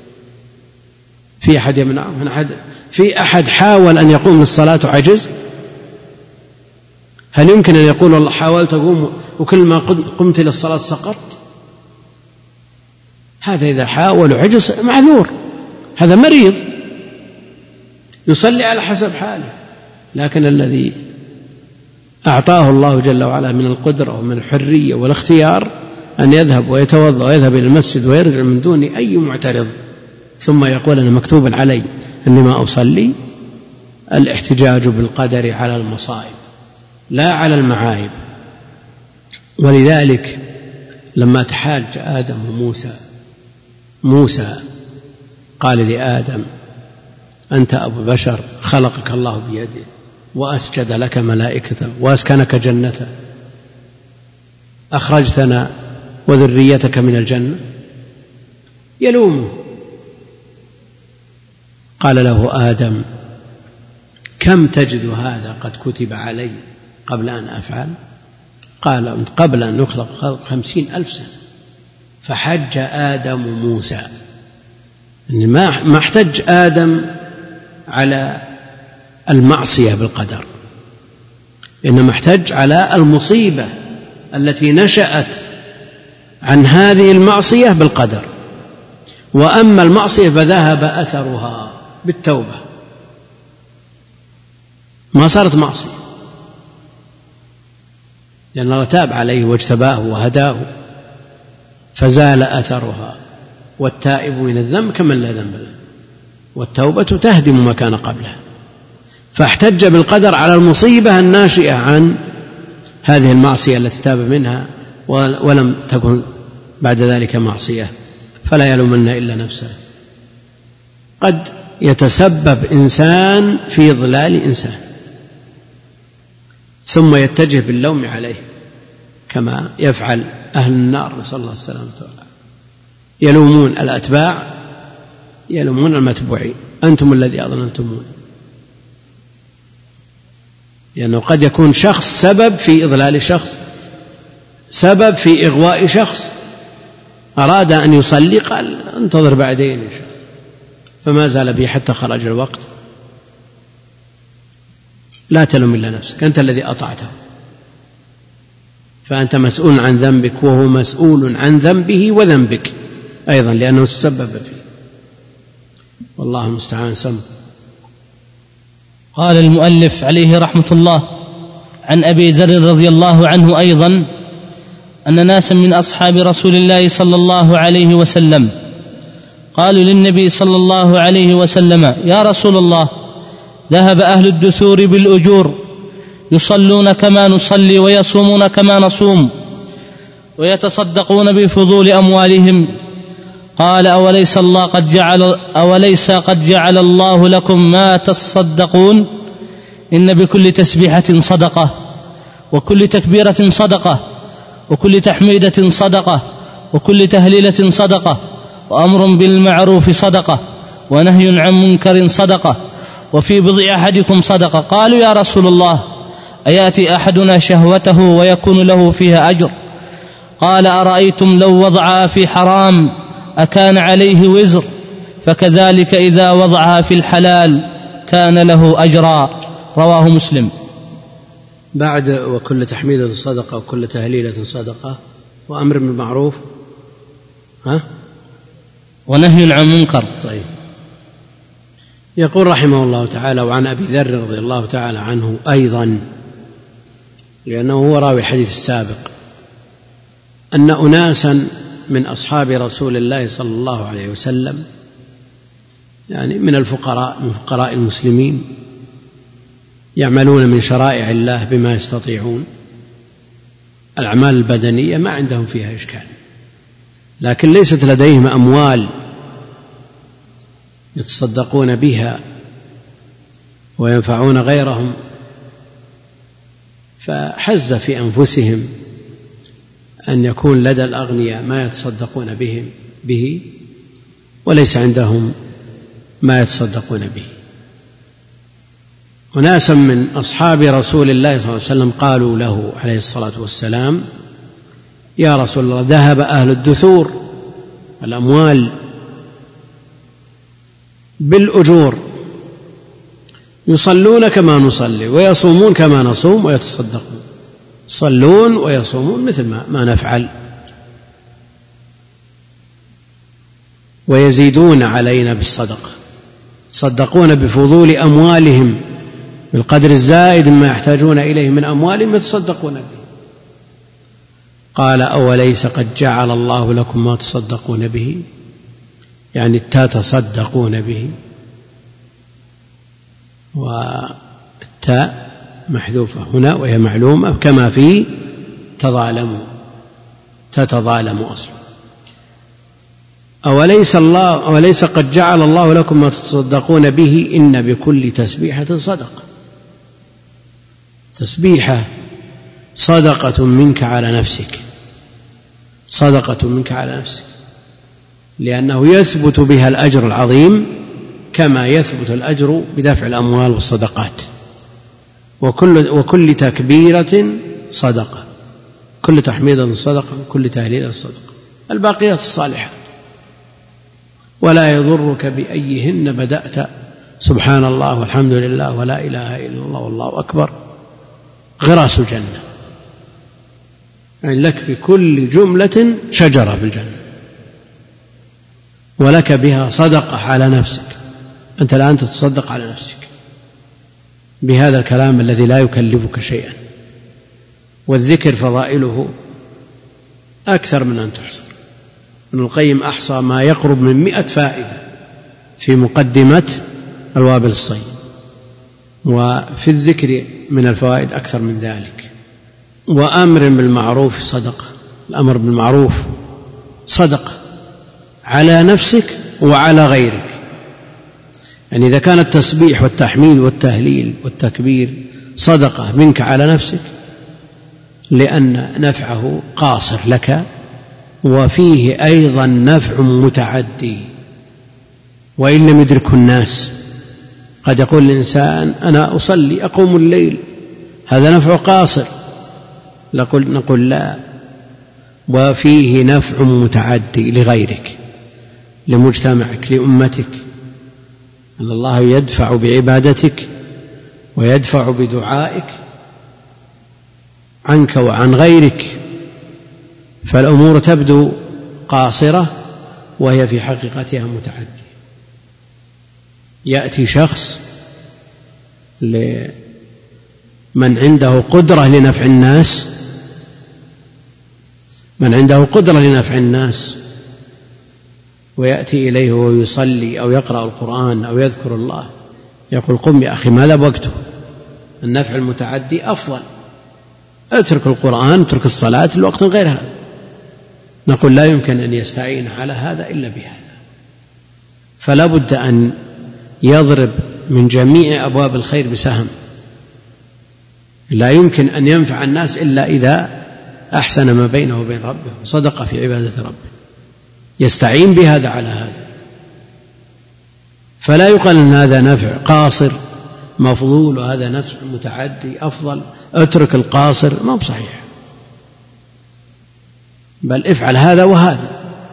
في أحد يمنعه؟ من أحد؟ في أحد حاول أن يقوم للصلاة وعجز؟ هل يمكن أن يقول والله حاولت أقوم وكل ما قمت للصلاة سقطت؟ هذا إذا حاول وعجز معذور، هذا مريض يصلي على حسب حاله. لكن الذي أعطاه الله جل وعلا من القدرة ومن الحرية والاختيار أن يذهب ويتوضأ ويذهب إلى المسجد ويرجع من دون أي معترض ثم يقول أنا مكتوب علي أني ما أصلي، الاحتجاج بالقدر على المصائب لا على المعايب. ولذلك لما تحاج آدم وموسى، موسى قال لآدم أنت أبو بشر خلقك الله بيده وأسجد لك ملائكته وأسكنك جنته، أخرجتنا وذريتك من الجنة، يلومه. قال له آدم كم تجد هذا قد كتب علي قبل أن أفعل؟ قال قبل أن نخلق خلق خمسين ألف سنة. فحج آدم موسى، ما احتج آدم على المعصية بالقدر، إنما احتج على المصيبة التي نشأت عن هذه المعصية بالقدر. وأما المعصية فذهب أثرها بالتوبة، ما صارت معصية لأن الله تاب عليه واجتباه وهداه فزال أثرها. والتائب من الذنب كمن لا ذنب له، والتوبة تهدم ما كان قبلها. فاحتج بالقدر على المصيبة الناشئة عن هذه المعصية التي تاب منها ولم تكن بعد ذلك معصية، فلا يلومن إلا نفسه. قد يتسبب إنسان في ضلال إنسان ثم يتجه باللوم عليه كما يفعل أهل النار، نسأل الله السلامة والعافية. يلومون الأتباع، يلومون المتبوعين، أنتم الذي أضللتمون، لأنه قد يكون شخص سبب في إضلال شخص، سبب في إغواء شخص، أراد أن يصلي قال انتظر بعدين إن شاء الله، فما زال به حتى خرج الوقت. لا تلوم إلا نفسك، أنت الذي أطعته، فأنت مسؤول عن ذنبك وهو مسؤول عن ذنبه وذنبك أيضا لأنه تسبب فيه، والله المستعان. سم. قال المؤلف عليه رحمة الله عن أبي ذر رضي الله عنه أيضا أن ناسا من أصحاب رسول الله صلى الله عليه وسلم قالوا للنبي صلى الله عليه وسلم يا رسول الله ذهب أهل الدثور بالأجور يصلون كما نصلي ويصومون كما نصوم ويتصدقون بفضول أموالهم. قال أوليس الله قد جعل أوليس قد جعل الله لكم ما تصدقون إن بكل تسبيحة صدقة وكل تكبيرة صدقة وكل تحميدة صدقة وكل تهليلة صدقة وأمر بالمعروف صدقة ونهي عن منكر صدقة وفي بضع أحدكم صدقة. قالوا يا رسول الله أيأتي أحدنا شهوته ويكون له فيها أجر؟ قال أرأيتم لو وضعها في حرام أكان عليه وزر؟ فكذلك إذا وضعها في الحلال كان له أجرا. رواه مسلم. بعد وكل تحميدة صدقة وكل تهليلة صدقة وأمر بالمعروف ها ونهي عن منكر. طيب. يقول رحمه الله تعالى: وعن أبي ذر رضي الله تعالى عنه أيضا، لأنه هو راوي الحديث السابق، أن أناسا من أصحاب رسول الله صلى الله عليه وسلم، يعني من الفقراء من فقراء المسلمين، يعملون من شرائع الله بما يستطيعون. الأعمال البدنية ما عندهم فيها إشكال، لكن ليست لديهم أموال يتصدقون بها وينفعون غيرهم، فحز في أنفسهم أن يكون لدى الأغنياء ما يتصدقون بهم به وليس عندهم ما يتصدقون به. وناسا من أصحاب رسول الله صلى الله عليه وسلم قالوا له عليه الصلاة والسلام: يا رسول الله، ذهب أهل الدثور الأموال بالأجور، يصلون كما نصلي ويصومون كما نصوم ويتصدقون، يصلون ويصومون مثل ما, ما نفعل، ويزيدون علينا بالصدقة، يتصدقون بفضول أموالهم بالقدر الزائد مما يحتاجون إليه من أموالهم يتصدقون به. قال: أوليس قد جعل الله لكم ما تصدقون به؟ يعني تتصدقون به، والتاء محذوفة هنا وهي معلومة كما في تظالموا، تتظالموا أصلا. أوليس الله أوليس قد جعل الله لكم ما تصدقون به إن بكل تسبيحة صدقة. تسبيحة صدقة منك على نفسك، صدقة منك على نفسك، لأنه يثبت بها الأجر العظيم كما يثبت الأجر بدفع الأموال والصدقات. وكل, وكل تكبيرة صدقة، كل تحميدة صدقة، كل تهليلة صدقة، الباقيات الصالحات. ولا يضرك بأيهن بدأت، سبحان الله والحمد لله ولا إله إلا الله والله أكبر، غراس الجنة، يعني لك في كل جملة شجرة في الجنة، ولك بها صدقة على نفسك، أنت الآن تتصدق على نفسك بهذا الكلام الذي لا يكلفك شيئا. والذكر فضائله أكثر من أن تحصر. ابن القيم أحصى ما يقرب من مئة فائدة في مقدمة الوابل الصيب، وفي الذكر من الفوائد أكثر من ذلك. وأمر بالمعروف صدقة، الأمر بالمعروف صدقة على نفسك وعلى غيرك. يعني إذا كان التسبيح والتحميد والتهليل والتكبير صدقة منك على نفسك لأن نفعه قاصر لك، وفيه أيضا نفع متعدي وإن لم يدركه الناس. قد يقول الإنسان: أنا أصلي أقوم الليل، هذا نفع قاصر. نقول لا، وفيه نفع متعدي لغيرك، لمجتمعك، لأمتك، أن الله يدفع بعبادتك ويدفع بدعائك عنك وعن غيرك. فالأمور تبدو قاصرة وهي في حقيقتها متعدية. يأتي شخص لمن عنده قدرة لنفع الناس، من عنده قدرة لنفع الناس، ويأتي إليه ويصلي أو يقرأ القرآن أو يذكر الله، يقول: قم يا أخي، ماذا بوقته؟ النفع المتعدي أفضل. اترك القرآن، اترك الصلاة لوقت غير هذا. نقول لا يمكن أن يستعين على هذا إلا بهذا. فلا بد أن يضرب من جميع أبواب الخير بسهم. لا يمكن أن ينفع الناس إلا إذا أحسن ما بينه وبين ربه وصدق في عبادة ربه، يستعين بهذا على هذا. فلا يقال أن هذا نفع قاصر مفضول وهذا نفع متعدي أفضل، اترك القاصر، ما هو صحيح، بل افعل هذا وهذا.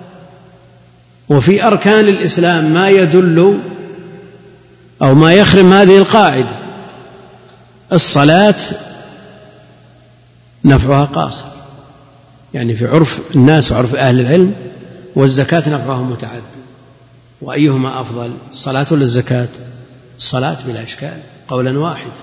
وفي أركان الإسلام ما يدل أو ما يخرم هذه القاعدة. الصلاة نفعها قاصر، يعني في عرف الناس وعرف أهل العلم، والزكاة نفعها متعدي. وأيهما أفضل، الصلاة ولا الزكاة؟ الصلاة بلا إشكال، قولا واحدا.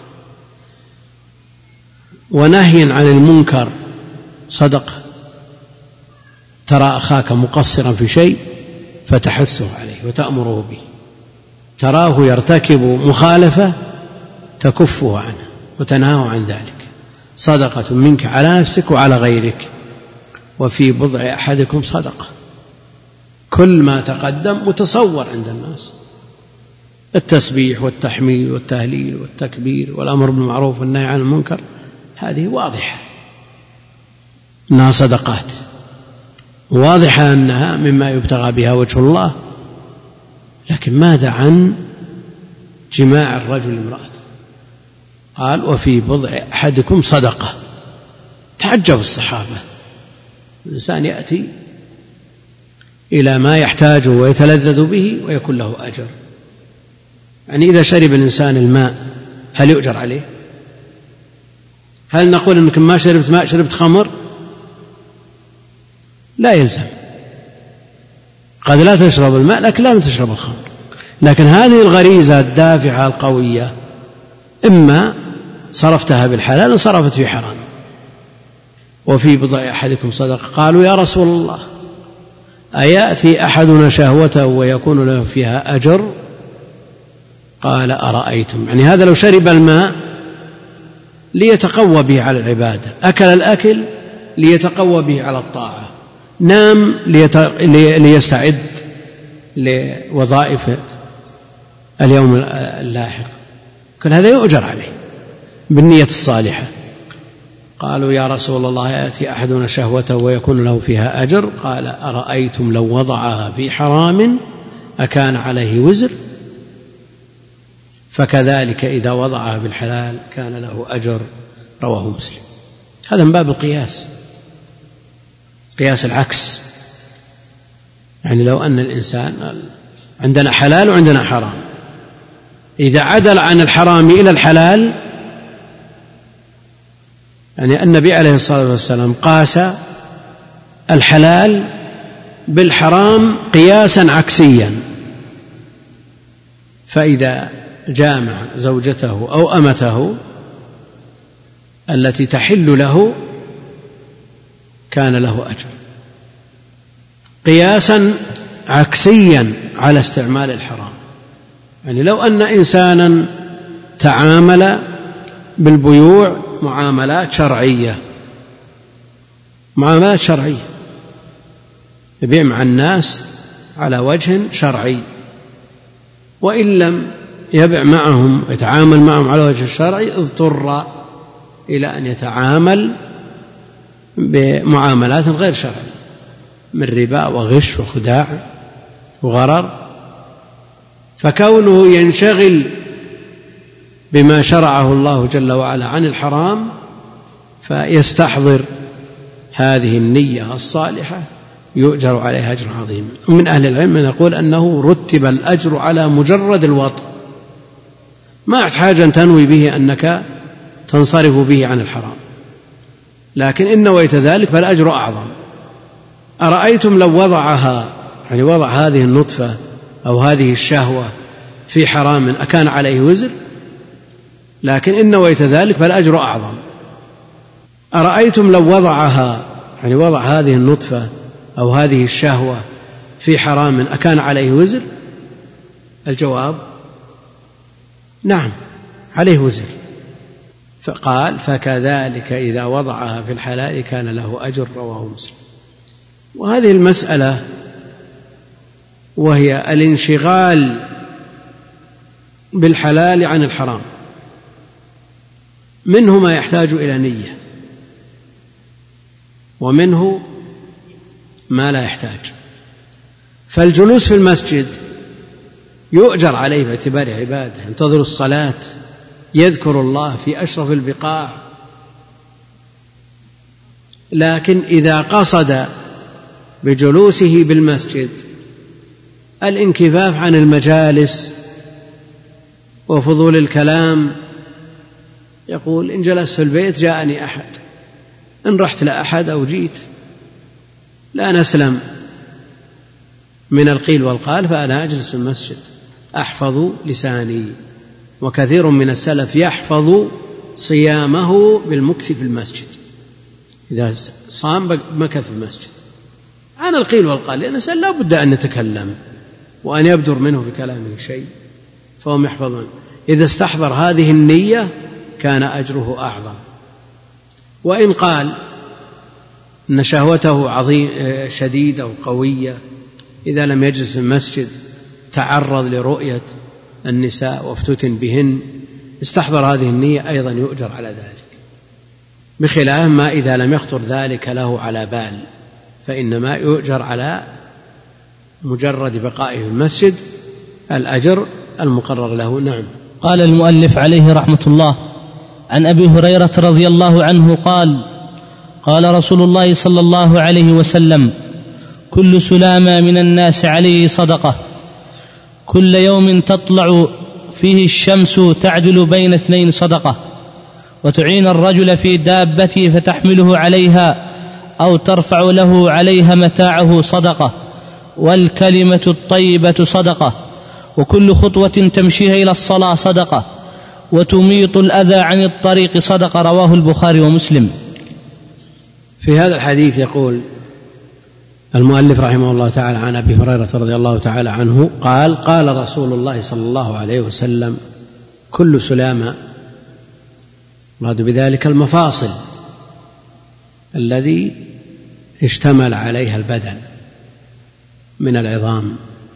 ونهي عن المنكر صدقة، ترى أخاك مقصرا في شيء فتحثه عليه وتأمره به، تراه يرتكب مخالفة تكفه عنه وتنهاه عن ذلك، صدقة منك على نفسك وعلى غيرك. وفي بضع أحدكم صدقة. كل ما تقدم متصور عند الناس، التسبيح والتحميد والتهليل والتكبير والأمر بالمعروف والنهي عن المنكر، هذه واضحة أنها صدقات، واضحة أنها مما يبتغى بها وجه الله. لكن ماذا عن جماع الرجل امرأته؟ قال وفي بضع أحدكم صدقة. تعجب الصحابة، الإنسان يأتي إلى ما يحتاجه ويتلذذ به ويكون له أجر. يعني إذا شرب الإنسان الماء هل يؤجر عليه؟ هل نقول أنك ما شربت ماء شربت خمر؟ لا يلزم، قد لا تشرب الماء لكن لا تشرب الخمر. لكن هذه الغريزة الدافعة القوية إما صرفتها بالحلال وصرفت في حرام. وفي بضع أحدكم صدقة. قالوا يا رسول الله أيأتي أحدنا شهوته ويكون له فيها أجر؟ قال أرأيتم، يعني هذا لو شرب الماء ليتقوى به على العبادة، أكل الأكل ليتقوى به على الطاعة، نام ليت... ليستعد لوظائف اليوم اللاحق، كل هذا يؤجر عليه بالنية الصالحة. قالوا يا رسول الله يأتي أحدنا شهوته ويكون له فيها أجر؟ قال أرأيتم لو وضعها في حرام أكان عليه وزر؟ فكذلك إذا وضعها بالحلال كان له أجر. رواه مسلم. هذا من باب القياس، قياس العكس. يعني لو أن الإنسان عندنا حلال وعندنا حرام، إذا عدل عن الحرام إلى الحلال، يعني النبي عليه الصلاة والسلام قاس الحلال بالحرام قياسا عكسيا. فإذا جامع زوجته أو أمته التي تحل له كان له أجر، قياسا عكسيا على استعمال الحرام. يعني لو أن إنسانا تعامل بالبيوع معاملات شرعية، معاملات شرعية، يبيع مع الناس على وجه شرعي، وإن لم يبيع معهم ويتعامل معهم على وجه الشرعي اضطر إلى أن يتعامل بمعاملات غير شرعية من ربا وغش وخداع وغرر. فكونه ينشغل بما شرعه الله جل وعلا عن الحرام فيستحضر هذه النية الصالحة يؤجر عليها أجر عظيم. ومن أهل العلم من يقول أنه رتب الأجر على مجرد الوطء، ما أحتاج أن تنوي به أنك تنصرف به عن الحرام، لكن إن نويت ذلك فالأجر أعظم. أرأيتم لو وضعها، يعني وضع هذه النطفة أو هذه الشهوة في حرام أكان عليه وزر؟ لكن إن نويت ذلك فالأجر أعظم. أرأيتم لو وضعها، يعني وضع هذه النطفة أو هذه الشهوة في حرام أكان عليه وزر؟ الجواب نعم، عليه وزر. فقال فكذلك إذا وضعها في الحلال كان له أجر، رواه مسلم. وهذه المسألة وهي الانشغال بالحلال عن الحرام منه ما يحتاج إلى نية، ومنه ما لا يحتاج. فالجلوس في المسجد يؤجر عليه باعتبار عبادة، ينتظر الصلاة، يذكر الله في أشرف البقاع. لكن إذا قصد بجلوسه بالمسجد الانكفاف عن المجالس وفضول الكلام، يقول إن جلست في البيت جاءني أحد، إن رحت لأحد أو جيت لا نسلم من القيل والقال، فأنا أجلس في المسجد أحفظ لساني. وكثير من السلف يحفظ صيامه بالمكث في المسجد، إذا صام مكث في المسجد عن القيل والقال، لأن الإنسان لا بد أن يتكلم وأن يبدر منه في كلامه شيء، فهم يحفظون. إذا استحضر هذه النية كان أجره أعظم. وإن قال أن شهوته عظيم شديدة وقوية، إذا لم يجلس في المسجد تعرض لرؤية النساء وافتتن بهن، استحضر هذه النية أيضا يؤجر على ذلك، بخلاف ما إذا لم يخطر ذلك له على بال، فإنما يؤجر على مجرد بقائه في المسجد الأجر المقرر له. نعم. قال المؤلف عليه رحمة الله: عن أبي هريرة رضي الله عنه قال: قال رسول الله صلى الله عليه وسلم: كل سلامة من الناس عليه صدقة، كل يوم تطلع فيه الشمس تعدل بين اثنين صدقة، وتعين الرجل في دابته فتحمله عليها أو ترفع له عليها متاعه صدقة، والكلمة الطيبة صدقة، وكل خطوة تمشيها إلى الصلاة صدقة، وتميط الأذى عن الطريق صدقة. رواه البخاري ومسلم. في هذا الحديث يقول المؤلف رحمه الله تعالى عن أبي هريرة رضي الله تعالى عنه قال: قال رسول الله صلى الله عليه وسلم: كل سلامة، مراد بذلك المفاصل الذي اشتمل عليها البدن من العظام،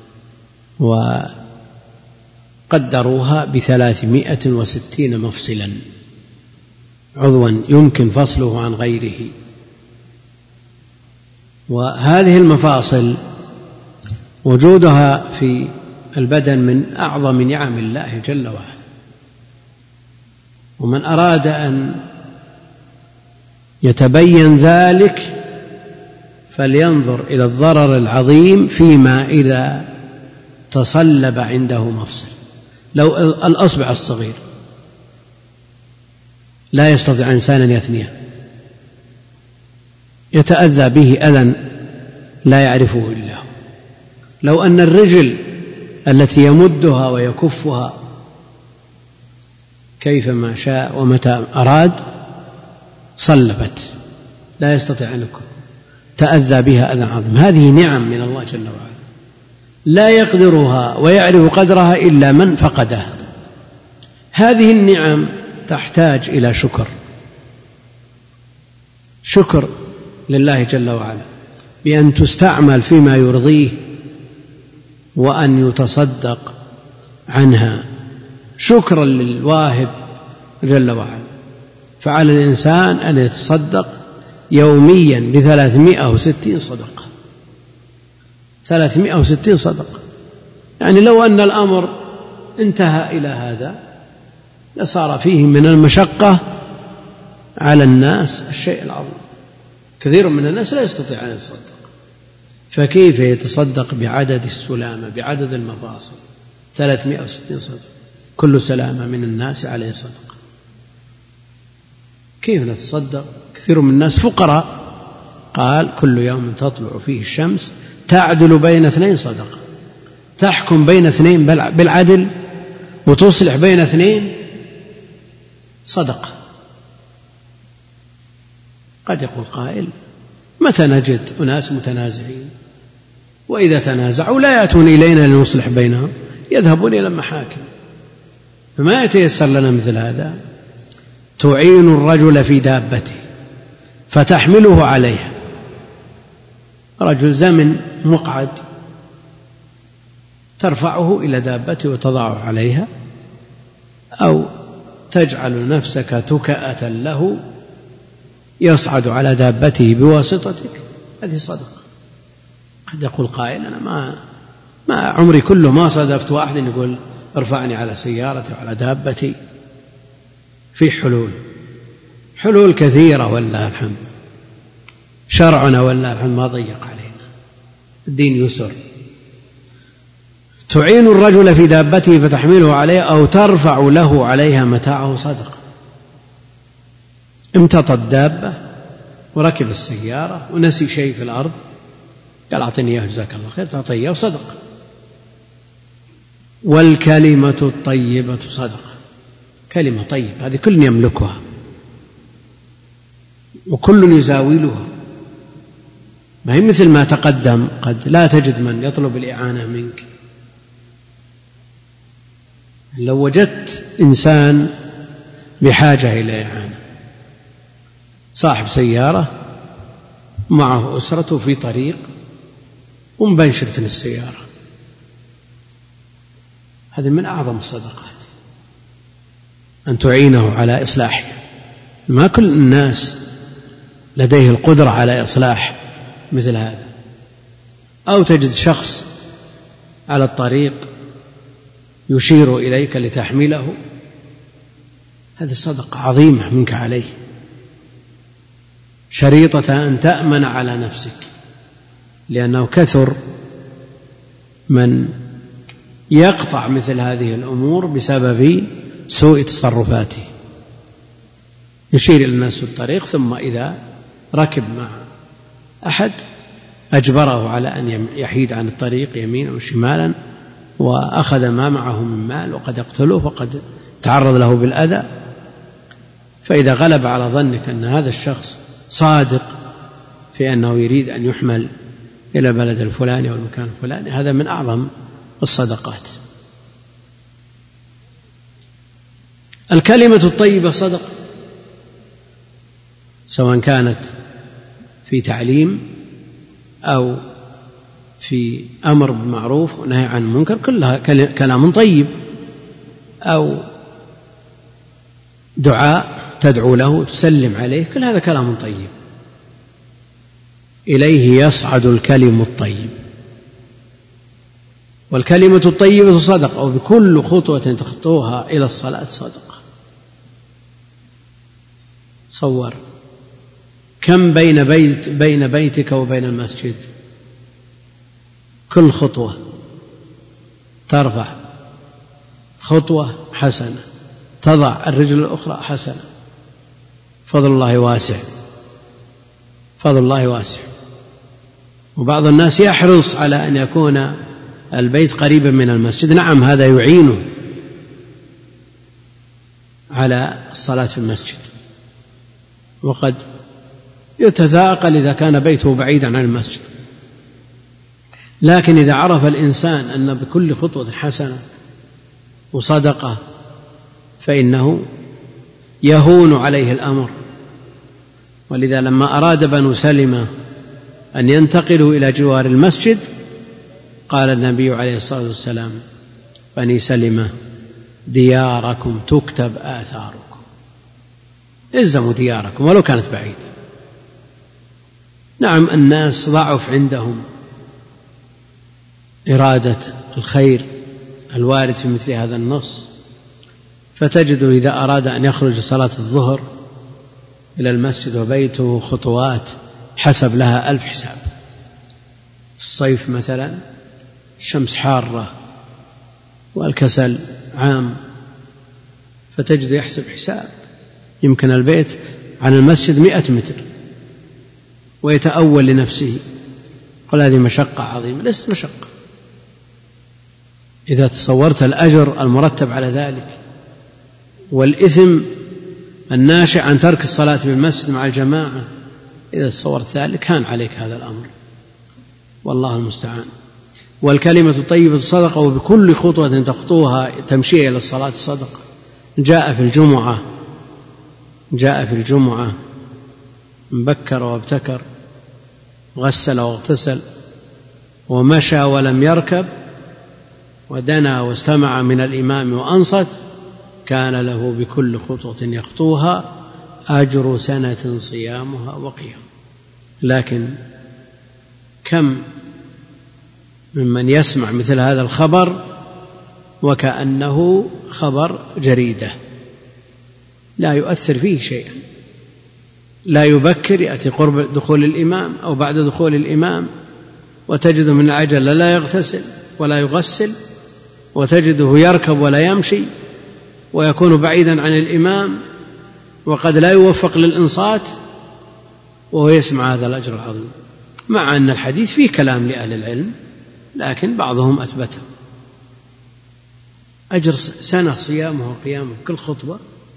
وقدروها بثلاثمائة وستين مفصلا، عضوا يمكن فصله عن غيره. وهذه المفاصل وجودها في البدن من أعظم نعم الله جل وعلا، ومن أراد أن يتبين ذلك فلينظر إلى الضرر العظيم فيما إذا تصلب عنده مفصل. لو الأصبع الصغير لا يستطيع إنسان أن يثنيه، يتأذى به أذى لا يعرفه إلا هو. لو أن الرجل التي يمدها ويكفها كيفما شاء ومتى أراد صلبت، لا يستطيع أن يكف، تأذى بها أذى عظيم. هذه نعم من الله جل وعلا لا يقدرها ويعرف قدرها إلا من فقدها. هذه النعم تحتاج إلى شكر، شكر لله جل وعلا بأن تستعمل فيما يرضيه وأن يتصدق عنها، شكرا للواهب جل وعلا. فعلى الإنسان أن يتصدق يوميا بثلاثمائة وستين صدقة، ثلاثمائة وستين صدقة. يعني لو أن الأمر انتهى إلى هذا لصار فيه من المشقة على الناس الشيء العظيم. كثير من الناس لا يستطيع أن يتصدق، فكيف يتصدق بعدد السلامة، بعدد المفاصل؟ ثلاثمائة وستين صدقة، كل سلامة من الناس عليه صدقة. كيف نتصدق؟ كثير من الناس فقراء، قال: كل يوم تطلع فيه الشمس تعدل بين اثنين صدقة، تحكم بين اثنين بالعدل وتصلح بين اثنين صدقة. قد يقول قائل: متى نجد أناس متنازعين؟ وإذا تنازعوا لا يأتون إلينا لنصلح بينهم، يذهبون إلى المحاكم، فما يتيسر لنا مثل هذا. تعين الرجل في دابته فتحمله عليها، رجل زمن مقعد ترفعه إلى دابته وتضعه عليها، أو تجعل نفسك تكأة له يصعد على دابته بواسطتك، هذه صدقة. قد يقول قائل أنا ما ما عمري كله ما صادفت واحد يقول ارفعني على سيارتي وعلى دابتي. في حلول حلول كثيرة والله الحمد، شرعنا والله الحمد ما ضيق علينا، الدين يسر. تعين الرجل في دابته فتحمله عليه أو ترفع له عليها متاعه صدقة. امتطى الدابة وركب السيارة ونسي شيء في الأرض، قال أعطني إياه جزاك الله خير، تعطيه إياه صدقة. والكلمة الطيبة صدقة، كلمة طيبة هذه كل يملكها وكل يزاولها، ما هي مثل ما تقدم، قد لا تجد من يطلب الإعانة منك. لو وجدت إنسان بحاجة إلى إعانة، صاحب سيارة معه أسرته في طريق ومبنشرة السيارة، هذا من أعظم الصدقات أن تعينه على إصلاحه. ما كل الناس لديه القدرة على إصلاح مثل هذا. أو تجد شخص على الطريق يشير إليك لتحمله، هذه صدقة عظيمة منك عليه، شريطة أن تأمن على نفسك، لأنه كثر من يقطع مثل هذه الأمور بسبب سوء تصرفاته. يشير إلى الناس في الطريق، ثم إذا ركب مع أحد أجبره على أن يحيد عن الطريق يمينا وشمالا، وأخذ ما معه من مال وقد يقتله فقد تعرض له بالأذى. فإذا غلب على ظنك أن هذا الشخص صادق في أنه يريد أن يحمل إلى البلد الفلاني أو المكان الفلاني، هذا من أعظم الصدقات. الكلمة الطيبة صدقة، سواء كانت في تعليم أو في أمر بالمعروف ونهي عن المنكر، كلها كلام طيب، أو دعاء تدعو له تسلم عليه، كل هذا كلام طيب. إليه يصعد الكلم الطيب. والكلمة الطيبة صدقة، وبكل خطوة تخطوها إلى الصلاة صدقة. تصور كم بين بيت بين بيتك وبين المسجد، كل خطوة ترفع خطوة حسنة، تضع الرجل الأخرى حسنة. فضل الله واسع، فضل الله واسع. وبعض الناس يحرص على أن يكون البيت قريبا من المسجد، نعم هذا يعينه على الصلاة في المسجد، وقد يتثاقل إذا كان بيته بعيدا عن المسجد. لكن إذا عرف الإنسان أن بكل خطوة حسنة وصدقة فإنه يهون عليه الأمر. ولذا لما أراد بنو سلمة أن ينتقلوا إلى جوار المسجد قال النبي عليه الصلاة والسلام: بني سلمة دياركم تكتب آثاركم، الزموا دياركم ولو كانت بعيدة. نعم الناس ضعف عندهم إرادة الخير الوارد في مثل هذا النص، فتجد إذا أراد أن يخرج صلاة الظهر إلى المسجد وبيته خطوات حسب لها ألف حساب. في الصيف مثلا الشمس حارة والكسل عام، فتجد يحسب حساب، يمكن البيت عن المسجد مئة متر، ويتأول لنفسه، قل هذه مشقة عظيمة. ليست مشقة إذا تصورت الأجر المرتب على ذلك والإثم الناشئ عن ترك الصلاة في المسجد مع الجماعة، إذا تصورت ذلك كان عليك هذا الأمر، والله المستعان. والكلمة الطيبة صدقة، وبكل خطوة تخطوها تمشي إلى الصلاة صدقة. جاء في الجمعة جاء في الجمعة بكر وابتكر، غسل واغتسل ومشى ولم يركب، ودنا واستمع من الإمام وأنصت، كان له بكل خطوة يخطوها أجر سنة صيامها وقيام. لكن كم ممن يسمع مثل هذا الخبر وكأنه خبر جريدة لا يؤثر فيه شيئا، لا يبكر، يأتي قرب دخول الإمام أو بعد دخول الإمام وتجد من العجل لا يغتسل ولا يغسل، وتجده يركب ولا يمشي، ويكون بعيدا عن الإمام وقد لا يوفق للإنصات وهو يسمع هذا الأجر العظيم، مع أن الحديث فيه كلام لأهل العلم لكن بعضهم أثبته. أجر سنة صيامه وقيامه كل خطبة،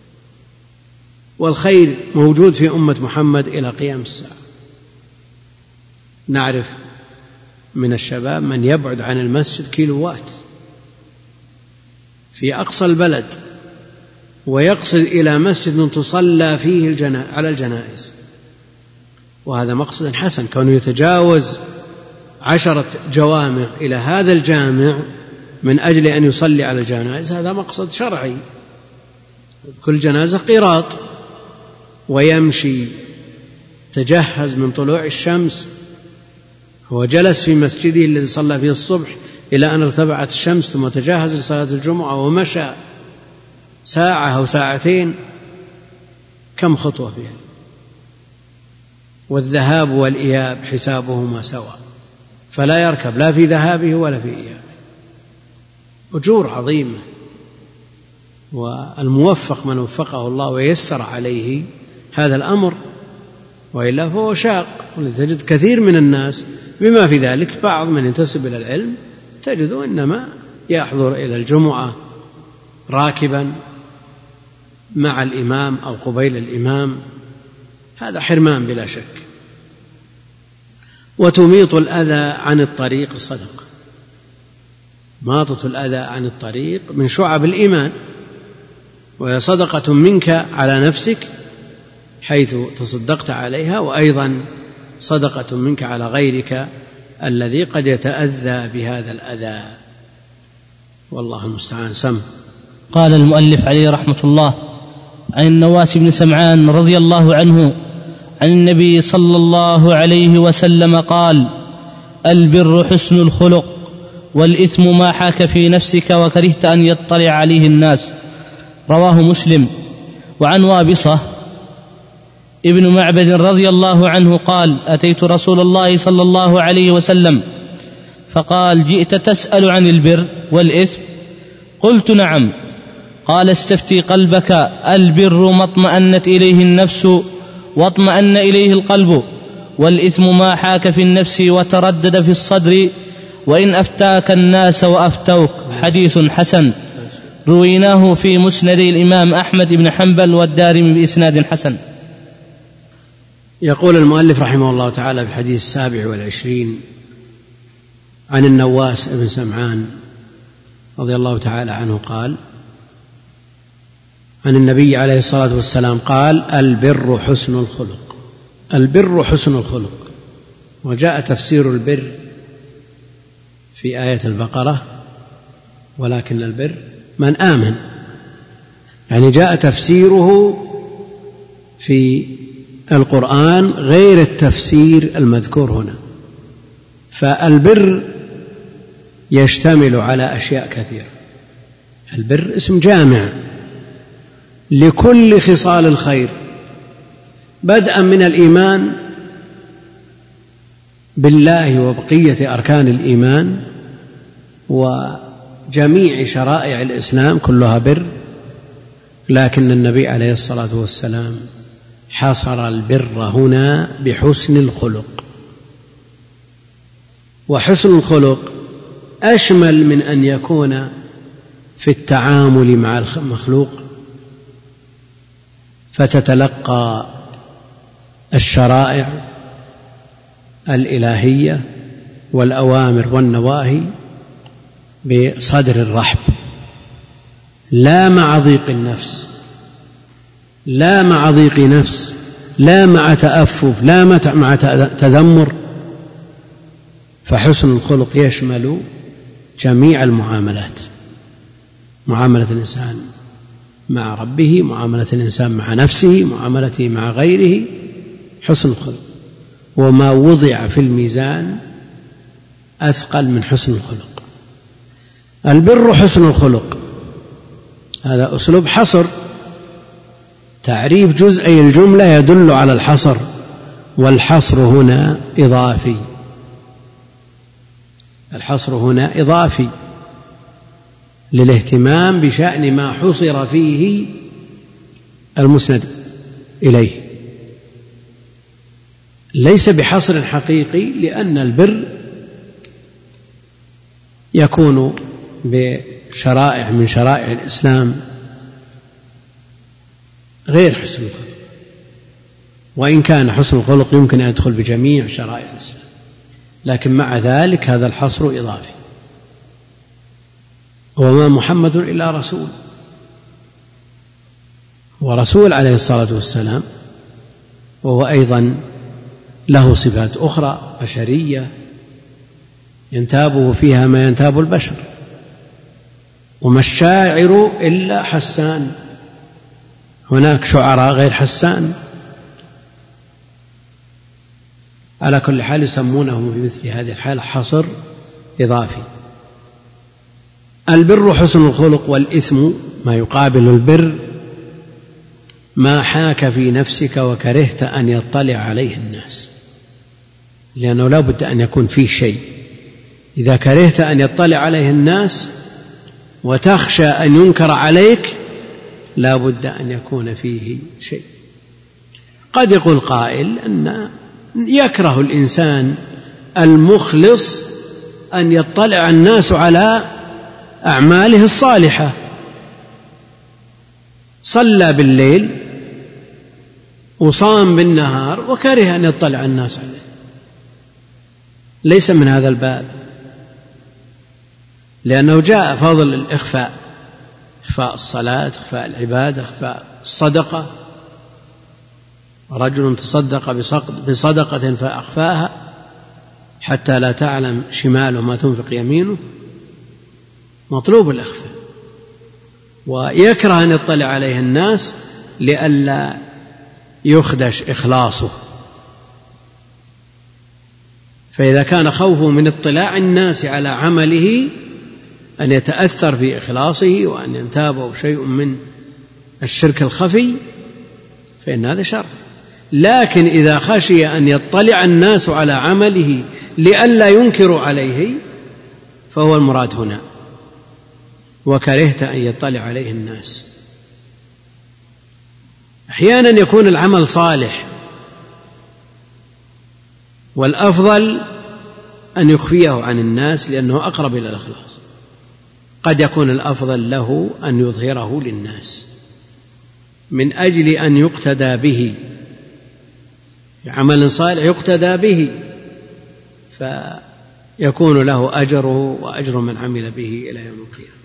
والخير موجود في أمة محمد إلى قيام الساعة. نعرف من الشباب من يبعد عن المسجد كيلوات في أقصى البلد ويقصد إلى مسجد تصلى فيه الجنا... على الجنائز، وهذا مقصد حسن، كونه يتجاوز عشرة جوامع إلى هذا الجامع من أجل أن يصلي على الجنائز، هذا مقصد شرعي، كل جنازة قيراط، ويمشي تجهز من طلوع الشمس، هو جلس في مسجده الذي صلى فيه الصبح إلى أن ارتفعت الشمس ثم تجهز لصلاة الجمعة ومشى ساعة أو ساعتين، كم خطوة فيها؟ والذهاب والإياب حسابهما سواء، فلا يركب لا في ذهابه ولا في إيابه، أجور عظيمة. والموفق من وفقه الله ويسر عليه هذا الأمر، وإلا فهو شاق. ولتجد كثير من الناس بما في ذلك بعض من ينتسب إلى العلم تجد إنما يحضر إلى الجمعة راكبا مع الإمام أو قبيل الإمام، هذا حرمان بلا شك. وتميط الأذى عن الطريق صدقة، ماطة الأذى عن الطريق من شعب الإيمان، وهي صدقة منك على نفسك حيث تصدقت عليها، وأيضا صدقة منك على غيرك الذي قد يتأذى بهذا الأذى، والله المستعان. سم. قال المؤلف عليه رحمة الله: عن النواس بن سمعان رضي الله عنه عن النبي صلى الله عليه وسلم قال: البر حسن الخلق، والإثم ما حاك في نفسك وكرهت أن يطلع عليه الناس. رواه مسلم. وعن وابصة ابن معبد رضي الله عنه قال: أتيت رسول الله صلى الله عليه وسلم فقال: جئت تسأل عن البر والإثم؟ قلت: نعم. قال: استفتي قلبك، البر ما اطمأنت إليه النفس واطمأن إليه القلب، والإثم ما حاك في النفس وتردد في الصدر، وإن أفتاك الناس وأفتوك. حديث حسن، رويناه في مسند الإمام أحمد بن حنبل والدارمي بإسناد حسن. يقول المؤلف رحمه الله تعالى في الحديث السابع والعشرين عن النواس بن سمعان رضي الله تعالى عنه قال: عن النبي عليه الصلاة والسلام قال: البر حسن الخلق. البر حسن الخلق. وجاء تفسير البر في آية البقرة: ولكن البر من آمن، يعني جاء تفسيره في القرآن غير التفسير المذكور هنا. فالبر يشتمل على أشياء كثيرة. البر اسم جامع لكل خصال الخير، بدءا من الإيمان بالله وبقية أركان الإيمان وجميع شرائع الإسلام كلها بر، لكن النبي عليه الصلاة والسلام حصر البر هنا بحسن الخلق. وحسن الخلق أشمل من أن يكون في التعامل مع المخلوق فتتلقى الشرائع الإلهية والأوامر والنواهي بصدر الرحب لا مع ضيق النفس، لا مع ضيق نفس، لا مع تأفف، لا مع تذمر. فحسن الخلق يشمل جميع المعاملات، معاملة الإنسان مع ربه، معاملة الإنسان مع نفسه، معاملته مع غيره، حسن الخلق. وما وضع في الميزان أثقل من حسن الخلق. البر حسن الخلق، هذا أسلوب حصر، تعريف جزئي الجملة يدل على الحصر، والحصر هنا إضافي، الحصر هنا إضافي للاهتمام بشأن ما حصر فيه المسند إليه، ليس بحصر حقيقي، لأن البر يكون بشرائع من شرائع الإسلام غير حسن الخلق، وإن كان حسن الخلق يمكن أن يدخل بجميع شرائع الإسلام، لكن مع ذلك هذا الحصر إضافي. وما محمد إلا رسول، ورسول عليه الصلاة والسلام، وهو أيضا له صفات أخرى بشرية ينتابه فيها ما ينتاب البشر. وما الشاعر إلا حسان، هناك شعراء غير حسان. على كل حال يسمونه في مثل هذه الحالة حصر إضافي. البر حسن الخلق، والإثم ما يقابل البر ما حاك في نفسك وكرهت أن يطلع عليه الناس، لأنه لا بد أن يكون فيه شيء. إذا كرهت أن يطلع عليه الناس وتخشى أن ينكر عليك لا بد أن يكون فيه شيء. قد يقول قائل أن يكره الإنسان المخلص أن يطلع الناس على أعماله الصالحة، صلى بالليل وصام بالنهار وكره أن يطلع الناس عليه، ليس من هذا الباب، لأنه جاء فضل الإخفاء، إخفاء الصلاة، إخفاء العبادة، إخفاء الصدقة. رجل تصدق بصدقة فأخفاها حتى لا تعلم شماله ما تنفق يمينه، مطلوب الإخفاء. ويكره أن يطلع عليه الناس لئلا يخدش إخلاصه، فإذا كان خوفه من اطلاع الناس على عمله أن يتأثر في إخلاصه وأن ينتابه شيء من الشرك الخفي فإن هذا شر. لكن إذا خشي أن يطلع الناس على عمله لئلا ينكروا عليه فهو المراد هنا، وكرهت أن يطلع عليه الناس. أحيانا يكون العمل صالح والأفضل أن يخفيه عن الناس لأنه أقرب إلى الإخلاص. قد يكون الأفضل له أن يظهره للناس من أجل أن يقتدى به، عمل صالح يقتدى به فيكون له أجره وأجر من عمل به إلى يوم القيامة.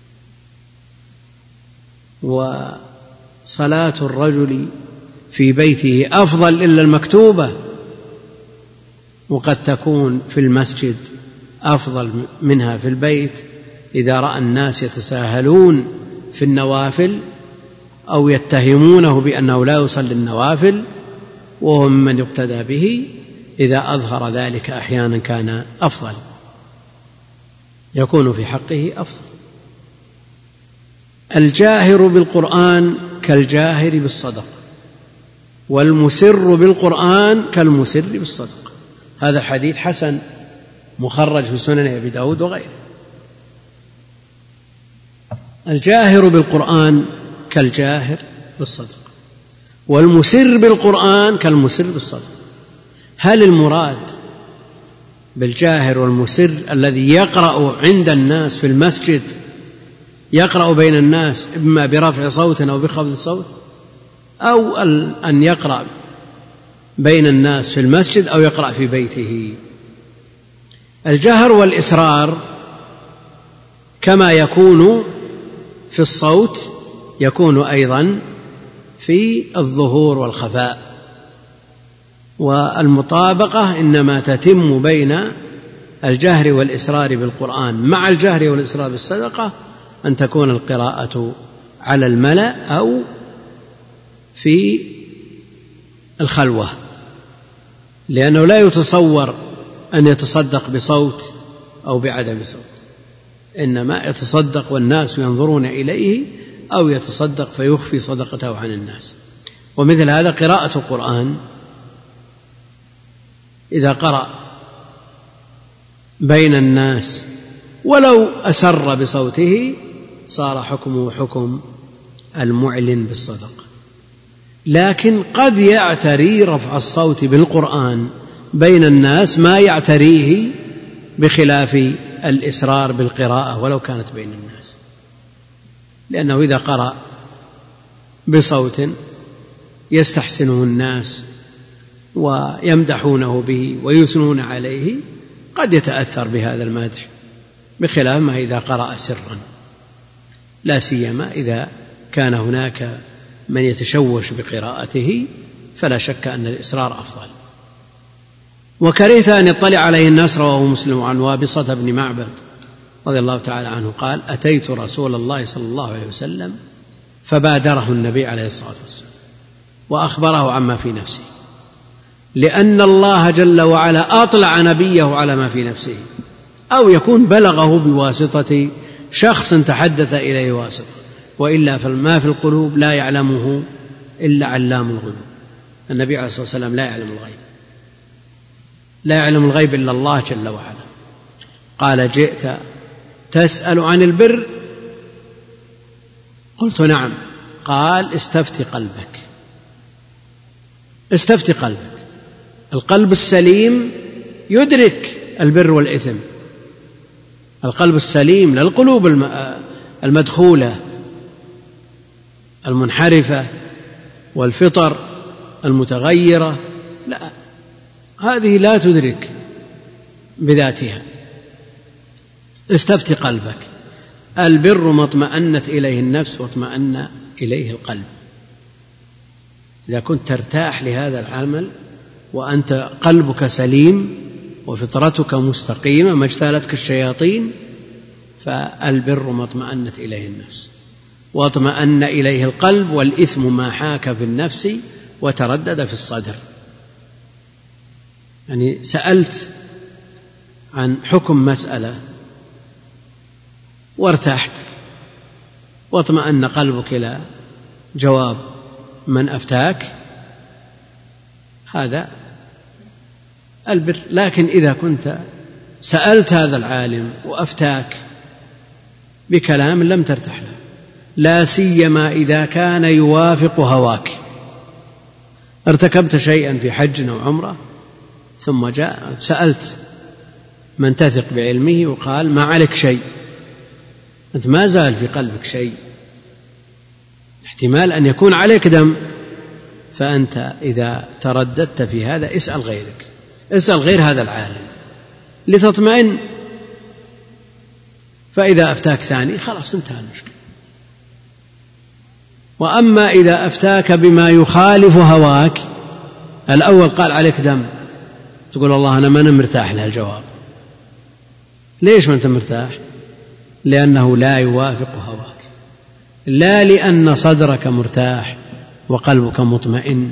وصلاة الرجل في بيته أفضل إلا المكتوبة، وقد تكون في المسجد أفضل منها في البيت إذا رأى الناس يتساهلون في النوافل أو يتهمونه بأنه لا يصلي النوافل وهو ممن يقتدى به. إذا أظهر ذلك أحيانا كان أفضل، يكون في حقه أفضل. الجاهر بالقرآن كالجاهر بالصدقة، والمسر بالقرآن كالمسر بالصدقة. هذا الحديث حسن مخرج في سنن أبي داود وغيره. الجاهر بالقرآن كالجاهر بالصدقة، والمسر بالقرآن كالمسر بالصدقة. هل المراد بالجاهر والمسر الذي يقرأ عند الناس في المسجد، يقرأ بين الناس إما برفع صوت أو بخفض صوت، أو أن يقرأ بين الناس في المسجد أو يقرأ في بيته؟ الجهر والإسرار كما يكون في الصوت يكون أيضا في الظهور والخفاء، والمطابقة إنما تتم بين الجهر والإسرار بالقرآن مع الجهر والإسرار بالصدقة أن تكون القراءة على الملأ أو في الخلوة، لأنه لا يتصور أن يتصدق بصوت أو بعدم صوت، إنما يتصدق والناس ينظرون إليه، أو يتصدق فيخفي صدقته عن الناس. ومثل هذا قراءة القرآن إذا قرأ بين الناس ولو أسر بصوته صار حكمه حكم المعلن بالصدقة. لكن قد يعتري رفع الصوت بالقرآن بين الناس ما يعتريه بخلاف الإسرار بالقراءة ولو كانت بين الناس، لأنه إذا قرأ بصوت يستحسنه الناس ويمدحونه به ويثنون عليه قد يتأثر بهذا المدح، بخلاف ما إذا قرأ سرا، لا سيما إذا كان هناك من يتشوش بقراءته، فلا شك أن الإسرار أفضل. وكرهت أن يطلع عليه الناس، رواه مسلم عن وابصة بن معبد رضي الله تعالى عنه قال: أتيت رسول الله صلى الله عليه وسلم فبادره النبي عليه الصلاة والسلام وأخبره عما في نفسه، لأن الله جل وعلا أطلع نبيه على ما في نفسه، أو يكون بلغه بواسطة شخص تحدث إليه واسطة، وإلا فما في القلوب لا يعلمه إلا علام الغيوب. النبي عليه الصلاة والسلام لا يعلم الغيب، لا يعلم الغيب إلا الله جل وعلا. قال: جئت تسأل عن البر؟ قلت: نعم. قال: استفتي قلبك، استفتي قلبك. القلب السليم يدرك البر والإثم، القلب السليم، لا القلوب المدخولة المنحرفة والفطر المتغيرة، لا، هذه لا تدرك بذاتها. استفتي قلبك. البر ما اطمأنت إليه النفس واطمأن إليه القلب. إذا كنت ترتاح لهذا العمل وأنت قلبك سليم وفطرتك مستقيمة ما اجتالتك الشياطين، فالبر ما اطمأنت إليه النفس واطمأن إليه القلب، والإثم ما حاك في النفس وتردد في الصدر. يعني سألت عن حكم مسألة وارتحت واطمأن قلبك إلى جواب من أفتاك، هذا البر. لكن إذا كنت سألت هذا العالم وأفتاك بكلام لم ترتاح له، لا سيما إذا كان يوافق هواك، ارتكبت شيئا في حج أو عمرة ثم جاء سألت من تثق بعلمه وقال: ما عليك شيء، أنت ما زال في قلبك شيء، احتمال أن يكون عليك دم، فأنت إذا ترددت في هذا اسأل غيرك، اسأل غير هذا العالم لتطمئن، فإذا أفتاك ثاني خلاص انتهى المشكلة. وأما إذا أفتاك بما يخالف هواك، الأول قال عليك دم، تقول والله أنا ما أنا مرتاح لها الجواب. ليش ما أنت مرتاح؟ لأنه لا يوافق هواك، لا لأن صدرك مرتاح وقلبك مطمئن.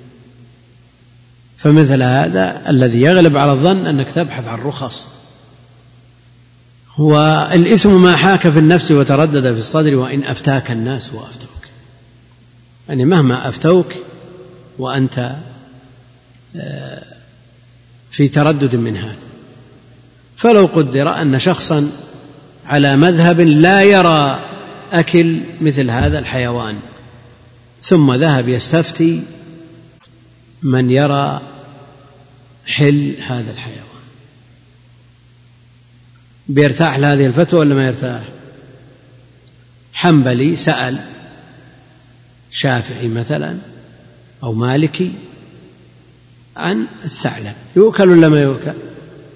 فمثل هذا الذي يغلب على الظن أنك تبحث عن رخص. والإثم ما حاك في النفس وتردد في الصدر وإن أفتاك الناس وأفتوك، يعني مهما أفتوك وأنت في تردد من هذا. فلو قدر أن شخصا على مذهب لا يرى أكل مثل هذا الحيوان، ثم ذهب يستفتي من يرى حل هذا الحيوان، بيرتاح لهذه الفتوى ولا ما يرتاح؟ حنبلي سأل شافعي مثلا أو مالكي عن الثعلب، يؤكل ولا ما يؤكل؟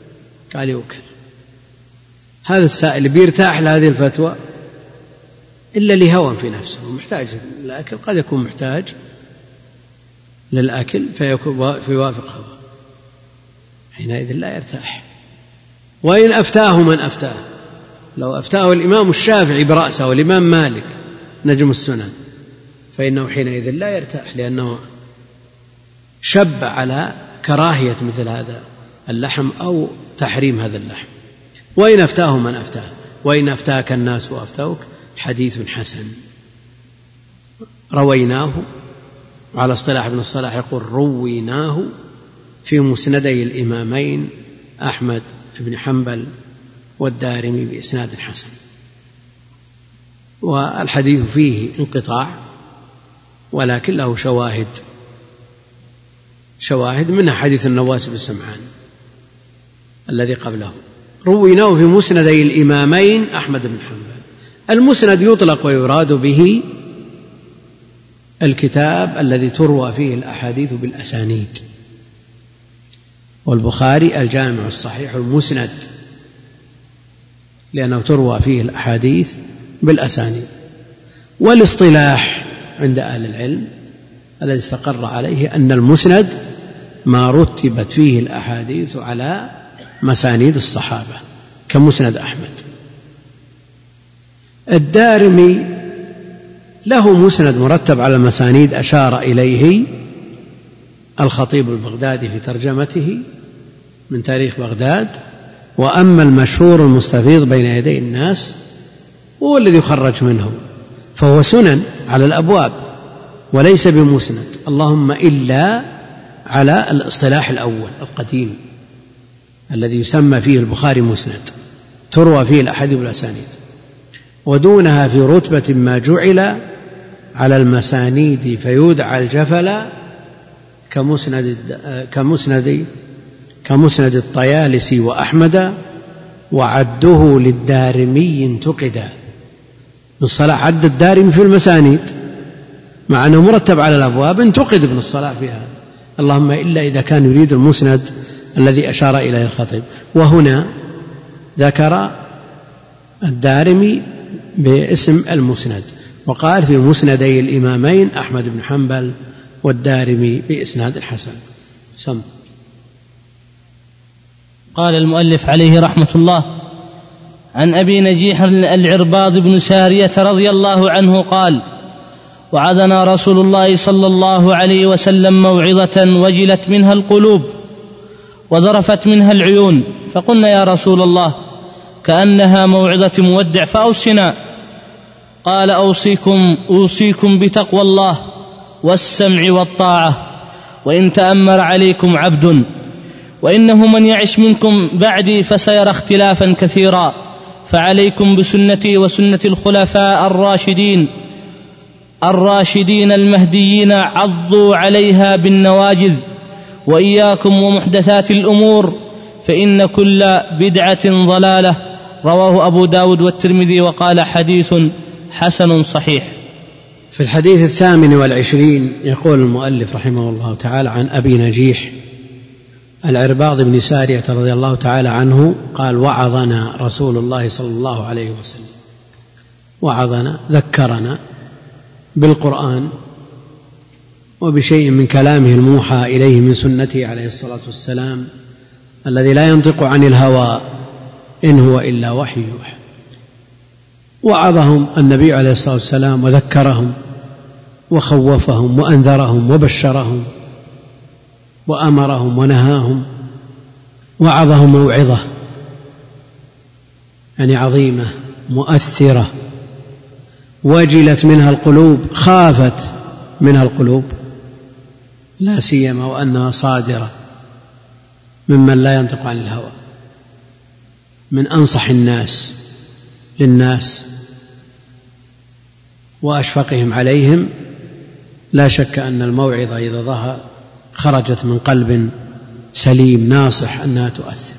قال يؤكل. هذا السائل بيرتاح لهذه الفتوى؟ إلا لهوى في نفسه محتاج للأكل، قد يكون محتاج للأكل فيوافق هوى، حينئذ لا يرتاح. وإن أفتاه من أفتاه، لو أفتاه الإمام الشافعي برأسه والإمام مالك نجم السنن فإنه حينئذ لا يرتاح، لأنه شب على كراهية مثل هذا اللحم أو تحريم هذا اللحم. وإن أفتاه من أفتاه، وإن أفتاك الناس وأفتوك حديث حسن رويناه، على اصطلاح ابن الصلاح يقول رويناه في مسندي الإمامين أحمد بن حنبل والدارمي بإسناد حسن. والحديث فيه انقطاع ولكن له شواهد شواهد منها حديث النواس بن سمعان الذي قبله. رويناه في مسندي الإمامين أحمد بن حنبل. المسند يطلق ويراد به الكتاب الذي تروى فيه الأحاديث بالأسانيد، والبخاري الجامع الصحيح المسند لأنه تروى فيه الأحاديث بالأسانيد. والاصطلاح عند أهل العلم الذي استقر عليه أن المسند ما رتبت فيه الأحاديث على مسانيد الصحابة كمسند أحمد. الدارمي له مسند مرتب على المسانيد أشار إليه الخطيب البغدادي في ترجمته من تاريخ بغداد. وأما المشهور المستفيض بين يدي الناس هو الذي يخرج منه، فهو سنن على الأبواب وليس بمسند، اللهم إلا على الاصطلاح الأول القديم الذي يسمى فيه البخاري مسند، تروى فيه الأحاديث والأسانيد، ودونها في رتبة ما جعل على المسانيد فيودع الجفل كمسند كمسند كمسند الطيالسي وأحمد، وعده للدارمي انتقدا. بالصلاح عد الدارمي في المسانيد مع أنه مرتب على الأبواب، انتقد ابن الصلاح في هذا، اللهم إلا إذا كان يريد المسند الذي أشار إليه الخطيب. وهنا ذكر الدارمي باسم المسند وقال في مسندي الإمامين أحمد بن حنبل والدارمي بإسناد حسن. سم. قال المؤلف عليه رحمة الله: عن أبي نجيح العرباض بن سارية رضي الله عنه قال: وعظنا رسول الله صلى الله عليه وسلم موعظة وجلت منها القلوب وذرفت منها العيون، فقلنا يا رسول الله كأنها موعظة مودع فأوصنا. قال: أوصيكم, أوصيكم بتقوى الله والسمع والطاعة، وإن تأمر عليكم عبد، وإنه من يعش منكم بعدي فسيرى اختلافا كثيرا، فعليكم بسنتي وسنة الخلفاء الراشدين الراشدين المهديين، عضوا عليها بالنواجذ، وإياكم ومحدثات الأمور، فإن كل بدعة ضلالة. رواه أبو داود والترمذي وقال حديث حسن صحيح. في الحديث الثامن والعشرين يقول المؤلف رحمه الله تعالى عن أبي نجيح العرباض بن سارية رضي الله تعالى عنه قال: وعظنا رسول الله صلى الله عليه وسلم. وعظنا ذكرنا بالقرآن وبشيء من كلامه الموحى إليه من سنته عليه الصلاة والسلام الذي لا ينطق عن الهوى إن هو إلا وحي يوحى. وعظهم النبي عليه الصلاة والسلام وذكرهم وخوفهم وأنذرهم وبشرهم وأمرهم ونهاهم، وعظهم موعظة يعني عظيمة مؤثرة وجلت منها القلوب، خافت منها القلوب، لا سيما وأنها صادرة ممن لا ينطق عن الهوى، من أنصح الناس للناس وأشفقهم عليهم. لا شك أن الموعظة إذا ظهر خرجت من قلب سليم ناصح أنها تؤثر.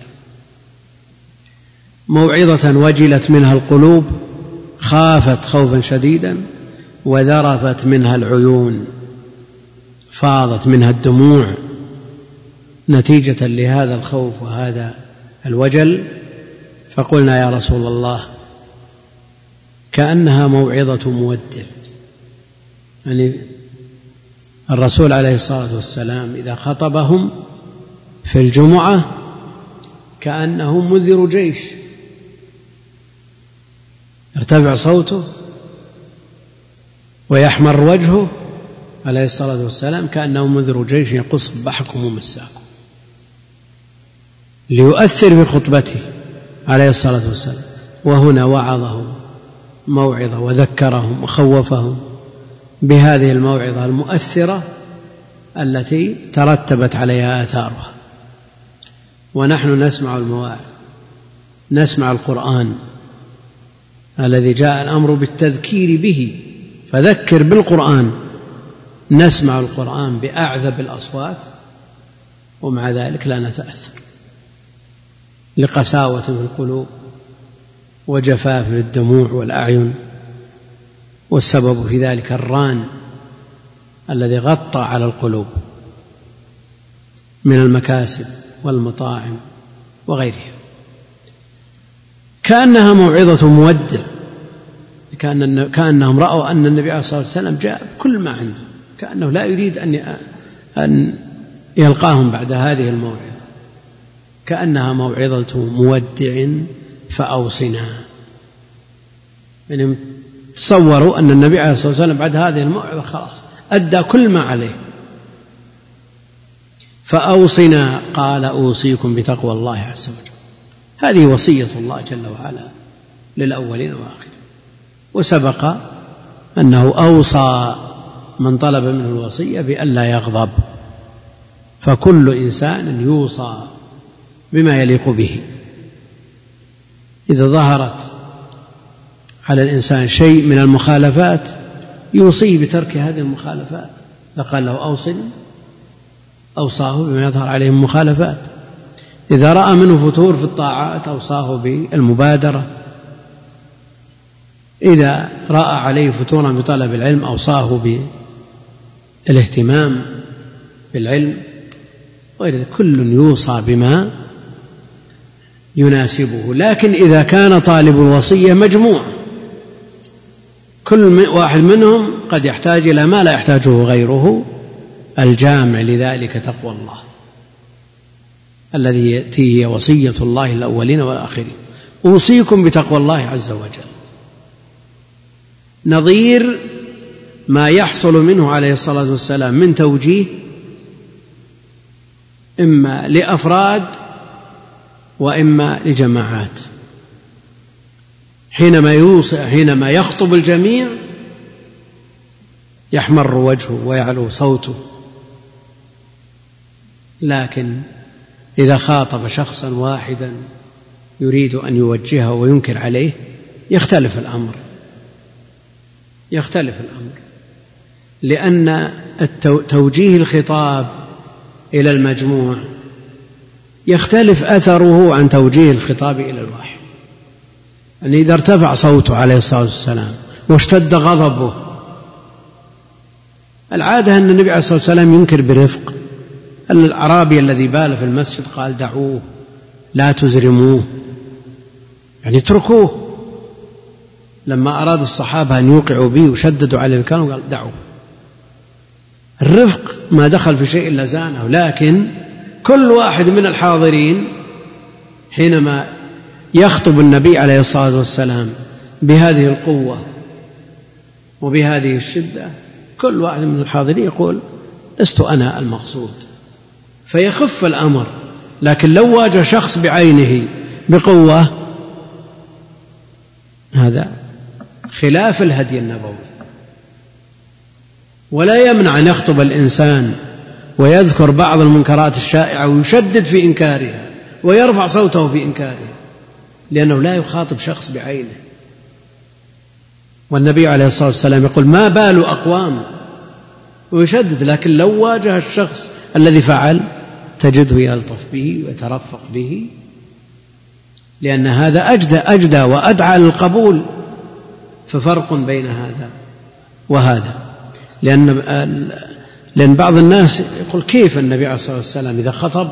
موعظة وجلت منها القلوب، خافت خوفا شديدا، وذرفت منها العيون، فاضت منها الدموع نتيجة لهذا الخوف وهذا الوجل. فقلنا يا رسول الله كأنها موعظة مودع. يعني الرسول عليه الصلاة والسلام إذا خطبهم في الجمعة كأنه منذر جيش، يرتفع صوته ويحمر وجهه عليه الصلاة والسلام كأنه منذر جيش يقص صباحكم ومساكم، ليؤثر في خطبته عليه الصلاة والسلام. وهنا وعظهم موعظة وذكرهم وخوفهم بهذه الموعظة المؤثرة التي ترتبت عليها آثارها. ونحن نسمع المواعظ، نسمع القرآن الذي جاء الأمر بالتذكير به، فذكر بالقرآن. نسمع القرآن بأعذب الأصوات ومع ذلك لا نتأثر، لقساوة في القلوب وجفاف في الدموع والأعين، والسبب في ذلك الران الذي غطى على القلوب من المكاسب والمطاعم وغيرها. كأنها موعظة مودع، كأن كأنهم رأوا أن النبي عليه الصلاة والسلام جاء بكل ما عنده، كأنه لا يريد أن أن يلقاهم بعد هذه الموعظة. كأنها موعظة مودع فأوصنا. يعني تصوروا أن النبي عليه الصلاة والسلام بعد هذه الموعظة خلاص أدى كل ما عليه. فأوصنا قال أوصيكم بتقوى الله عز وجل. هذه وصية الله جل وعلا للأولين والآخرين. وسبق أنه أوصى من طلب منه الوصية بألا يغضب، فكل إنسان يوصى بما يليق به. إذا ظهرت على الإنسان شيء من المخالفات يوصيه بترك هذه المخالفات. فقال له أوصني أوصاه بما يظهر عليه المخالفات. إذا رأى منه فتور في الطاعات أوصاه بالمبادرة. إذا رأى عليه فتورا بطلب العلم أوصاه بالاهتمام بالعلم وغير. كل يوصى بما يناسبه. لكن إذا كان طالب الوصية مجموع، كل واحد منهم قد يحتاج إلى ما لا يحتاجه غيره، الجامع لذلك تقوى الله الذي يأتيه وصية الله الأولين والآخرين. أوصيكم بتقوى الله عز وجل، نظير ما يحصل منه عليه الصلاة والسلام من توجيه إما لأفراد وإما لجماعات. حينما يوصي حينما يخطب الجميع يحمر وجهه ويعلو صوته، لكن إذا خاطب شخصا واحدا يريد أن يوجهه وينكر عليه يختلف الأمر يختلف الأمر لأن توجيه الخطاب إلى المجموع يختلف أثره عن توجيه الخطاب إلى الواحد. أن إذا ارتفع صوته عليه الصلاة والسلام واشتد غضبه، العادة أن النبي عليه الصلاة والسلام ينكر برفق. الأعرابي الذي بال في المسجد قال دعوه لا تزرموه، يعني اتركوه. لما أراد الصحابة أن يوقعوا به وشددوا عليه كانوا قال دعوه. الرفق ما دخل في شيء إلا زانه. لكن كل واحد من الحاضرين حينما يخطب النبي عليه الصلاة والسلام بهذه القوة وبهذه الشدة، كل واحد من الحاضرين يقول لست أنا المقصود، فيخف الأمر. لكن لو واجه شخص بعينه بقوة هذا خلاف الهدي النبوي. ولا يمنع أن يخطب الإنسان ويذكر بعض المنكرات الشائعة ويشدد في إنكارها ويرفع صوته في إنكارها، لأنه لا يخاطب شخص بعينه. والنبي عليه الصلاة والسلام يقول ما بال أقوام ويشدد. لكن لو واجه الشخص الذي فعل تجده يلطف به ويترفق به، لأن هذا أجدى, أجدى وأدعى للقبول. ففرق بين هذا وهذا. لأن, لأن بعض الناس يقول كيف النبي عليه الصلاة والسلام إذا خطب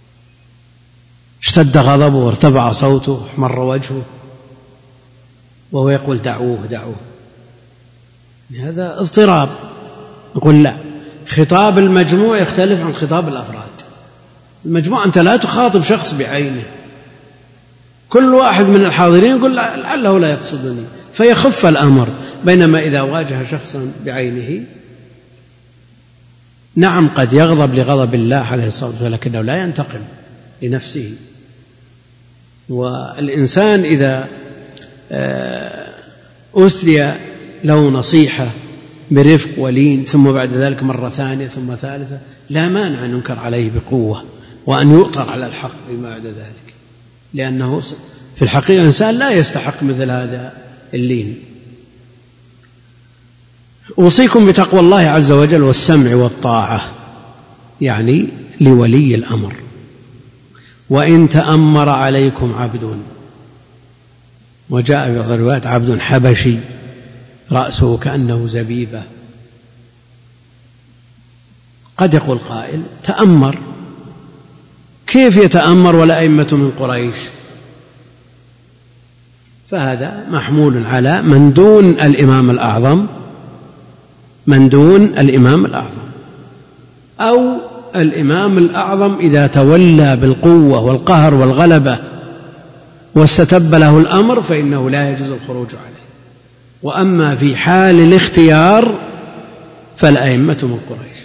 اشتد غضبه وارتفع صوته واحمر وجهه، وهو يقول دعوه دعوه، هذا اضطراب. نقول لا، خطاب المجموع يختلف عن خطاب الأفراد. المجموع أنت لا تخاطب شخص بعينه، كل واحد من الحاضرين يقول لعله لا يقصدني فيخف الأمر، بينما إذا واجه شخصا بعينه نعم قد يغضب لغضب الله عليه الصلاة والسلام، لكنه لا ينتقم لنفسه. والإنسان إذا أسري له نصيحة برفق ولين ثم بعد ذلك مرة ثانية ثم ثالثة لا مانع أن ينكر عليه بقوة وأن يؤطر على الحق بما بعد ذلك، لأنه في الحقيقة الإنسان لا يستحق مثل هذا اللين. أوصيكم بتقوى الله عز وجل والسمع والطاعة، يعني لولي الأمر. وإن تأمر عليكم عبد، وجاء في بعض الروايات عبد حبشي رأسه كأنه زبيبة. قد يقول قائل تأمر، كيف يتأمر والأئمة من قريش؟ فهذا محمول على من دون الإمام الأعظم، من دون الإمام الأعظم، أو الإمام الأعظم إذا تولى بالقوة والقهر والغلبة واستتب له الأمر فإنه لا يجوز الخروج عليه. وأما في حال الاختيار فالأئمة من قريش.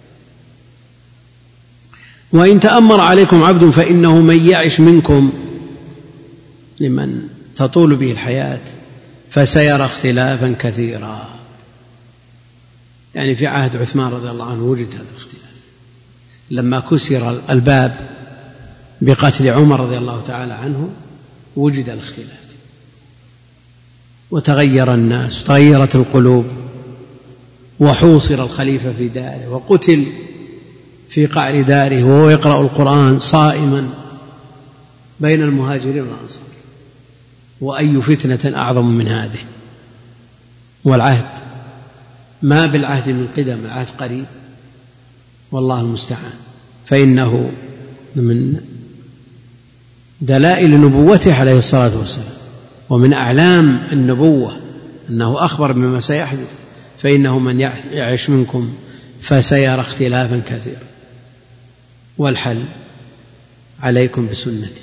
وإن تأمر عليكم عبد فإنه من يعش منكم، لمن تطول به الحياة، فسيرى اختلافا كثيرا. يعني في عهد عثمان رضي الله عنه وجد هذا الاختلاف، لما كسر الباب بقتل عمر رضي الله تعالى عنه وجد الاختلاف، وتغير الناس وتغيرت القلوب، وحوصر الخليفة في داره وقتل في قعر داره وهو يقرأ القرآن صائما بين المهاجرين والأنصار. وأي فتنة أعظم من هذه؟ والعهد ما بالعهد من قدم، العهد قريب والله المستعان. فإنه من دلائل نبوته عليه الصلاة والسلام ومن أعلام النبوة أنه أخبر بما سيحدث، فإنه من يعش منكم فسيرى اختلافا كثيرا. والحل عليكم بسنتي،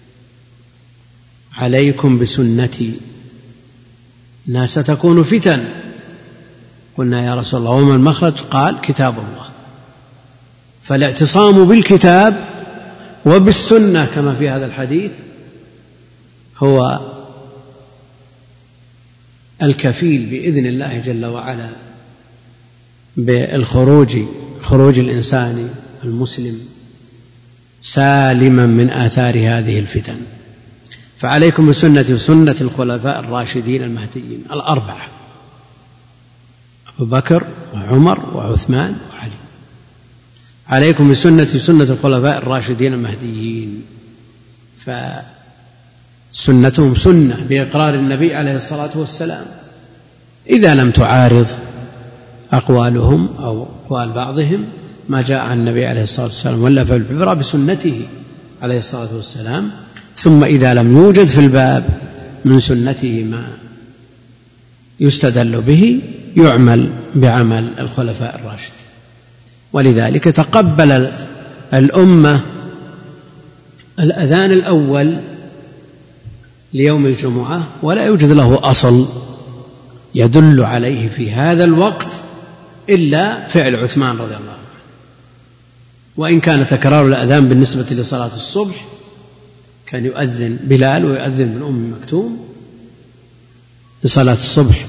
عليكم بسنتي. الناس ستكون فتن. قلنا يا رسول الله وما المخرج؟ قال كتاب الله. فالاعتصام بالكتاب وبالسنة كما في هذا الحديث هو الكفيل بإذن الله جل وعلا بالخروج، خروج الإنسان المسلم سالما من آثار هذه الفتن. فعليكم بسنة وسنة الخلفاء الراشدين المهديين الأربعة، أبو بكر وعمر وعثمان وعلي. عليكم بسنة وسنة الخلفاء الراشدين المهديين، فسنتهم سنة بإقرار النبي عليه الصلاة والسلام إذا لم تعارض أقوالهم أو أقوال بعضهم ما جاء عن النبي عليه الصلاة والسلام، ولا فالعبرة بسنته عليه الصلاة والسلام. ثم إذا لم يوجد في الباب من سنته ما يستدل به يعمل بعمل الخلفاء الراشدين. ولذلك تقبل الأمة الأذان الأول ليوم الجمعة ولا يوجد له أصل يدل عليه في هذا الوقت إلا فعل عثمان رضي الله عنه. وإن كان تكرار الأذان بالنسبة لصلاة الصبح كان يؤذن بلال ويؤذن من أم مكتوم لصلاة الصبح،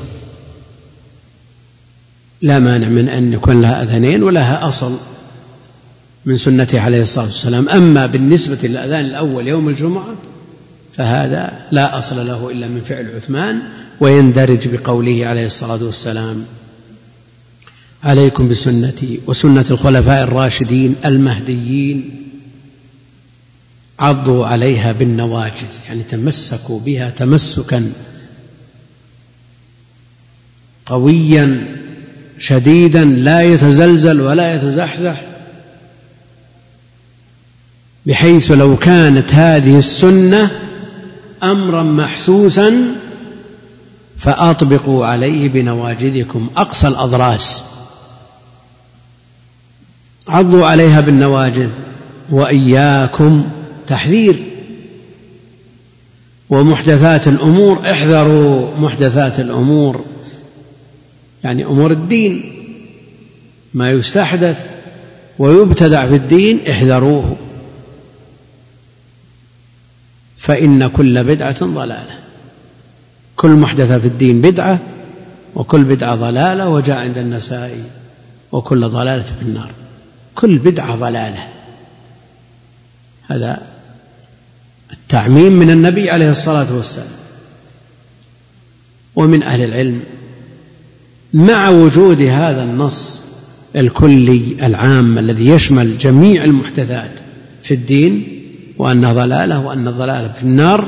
لا مانع من أن يكون لها أذانين ولها أصل من سنته عليه الصلاة والسلام. أما بالنسبة للأذان الأول يوم الجمعة فهذا لا أصل له إلا من فعل عثمان، ويندرج بقوله عليه الصلاة والسلام عليكم بسنتي وسنة الخلفاء الراشدين المهديين عضوا عليها بالنواجذ، يعني تمسكوا بها تمسكا قويا شديدا لا يتزلزل ولا يتزحزح، بحيث لو كانت هذه السنة أمرا محسوسا فأطبقوا عليه بنواجذكم أقصى الأضراس، عضوا عليها بالنواجذ. وإياكم تحذير. ومحدثات الأمور احذروا محدثات الأمور، يعني أمور الدين، ما يستحدث ويبتدع في الدين احذروه، فإن كل بدعة ضلالة. كل محدثة في الدين بدعة، وكل بدعة ضلالة. وجاء عند النسائي وكل ضلالة في النار. كل بدعة ضلالة، هذا التعميم من النبي عليه الصلاة والسلام. ومن أهل العلم مع وجود هذا النص الكلي العام الذي يشمل جميع المحدثات في الدين وأن ضلالة وأن الضلالة في النار،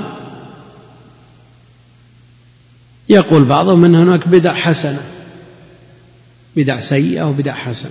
يقول بعضهم أن هناك بدع حسنة، بدع سيئة وبدع حسنة.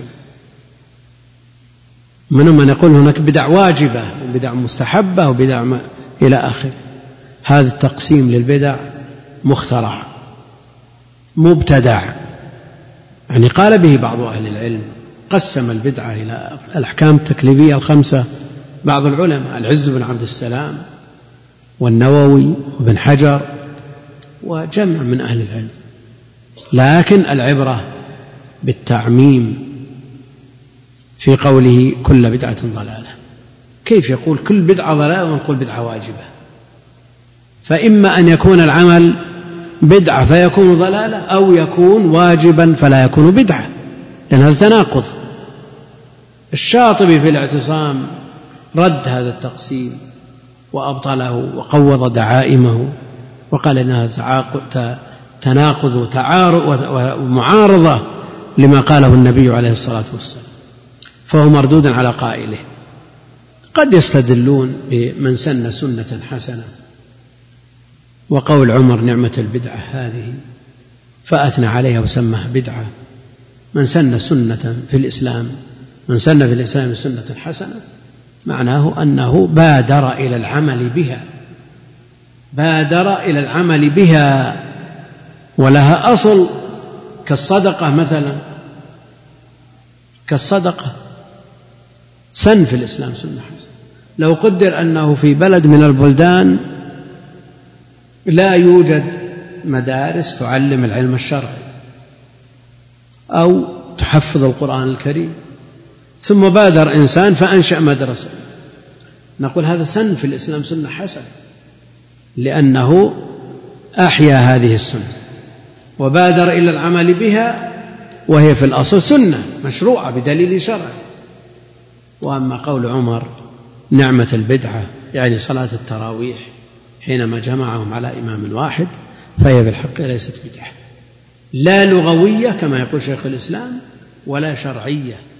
منهم من يقول هناك بدع واجبة وبدع مستحبة وبدع ما إلى آخر. هذا التقسيم للبدع مخترع مبتدع، يعني قال به بعض أهل العلم، قسم البدعة إلى الأحكام التكليفية الخمسة بعض العلماء، العز بن عبد السلام والنووي وابن حجر وجمع من أهل العلم. لكن العبرة بالتعميم في قوله كل بدعة ضلالة. كيف يقول كل بدعة ضلالة ونقول بدعة واجبة؟ فإما أن يكون العمل بدعة فيكون ضلالة، أو يكون واجبا فلا يكون بدعة، لأن هذا تناقض. الشاطبي في الاعتصام رد هذا التقسيم وأبطله وقوض دعائمه وقال إن هذا تناقض ومعارضة لما قاله النبي عليه الصلاة والسلام، فهو مردود على قائله. قد يستدلون بمن سن سنة حسنة وقول عمر نعمة البدعة هذه، فأثنى عليها وسمها بدعة. من سن سنة في الإسلام من سن في الإسلام سنة حسنة معناه أنه بادر إلى العمل بها، بادر إلى العمل بها ولها أصل، كالصدقة مثلا، كالصدقة سن في الإسلام سنة حسنة. لو قدر أنه في بلد من البلدان لا يوجد مدارس تعلم العلم الشرعي أو تحفظ القرآن الكريم، ثم بادر إنسان فأنشأ مدرسة، نقول هذا سن في الإسلام سنة حسنة، لأنه أحيا هذه السنة وبادر إلى العمل بها، وهي في الأصل سنة مشروعة بدليل شرعي. وأما قول عمر نعمة البدعة يعني صلاة التراويح حينما جمعهم على إمام واحد، فهي بالحق ليست بدعة، لا لغوية كما يقول شيخ الإسلام ولا شرعية.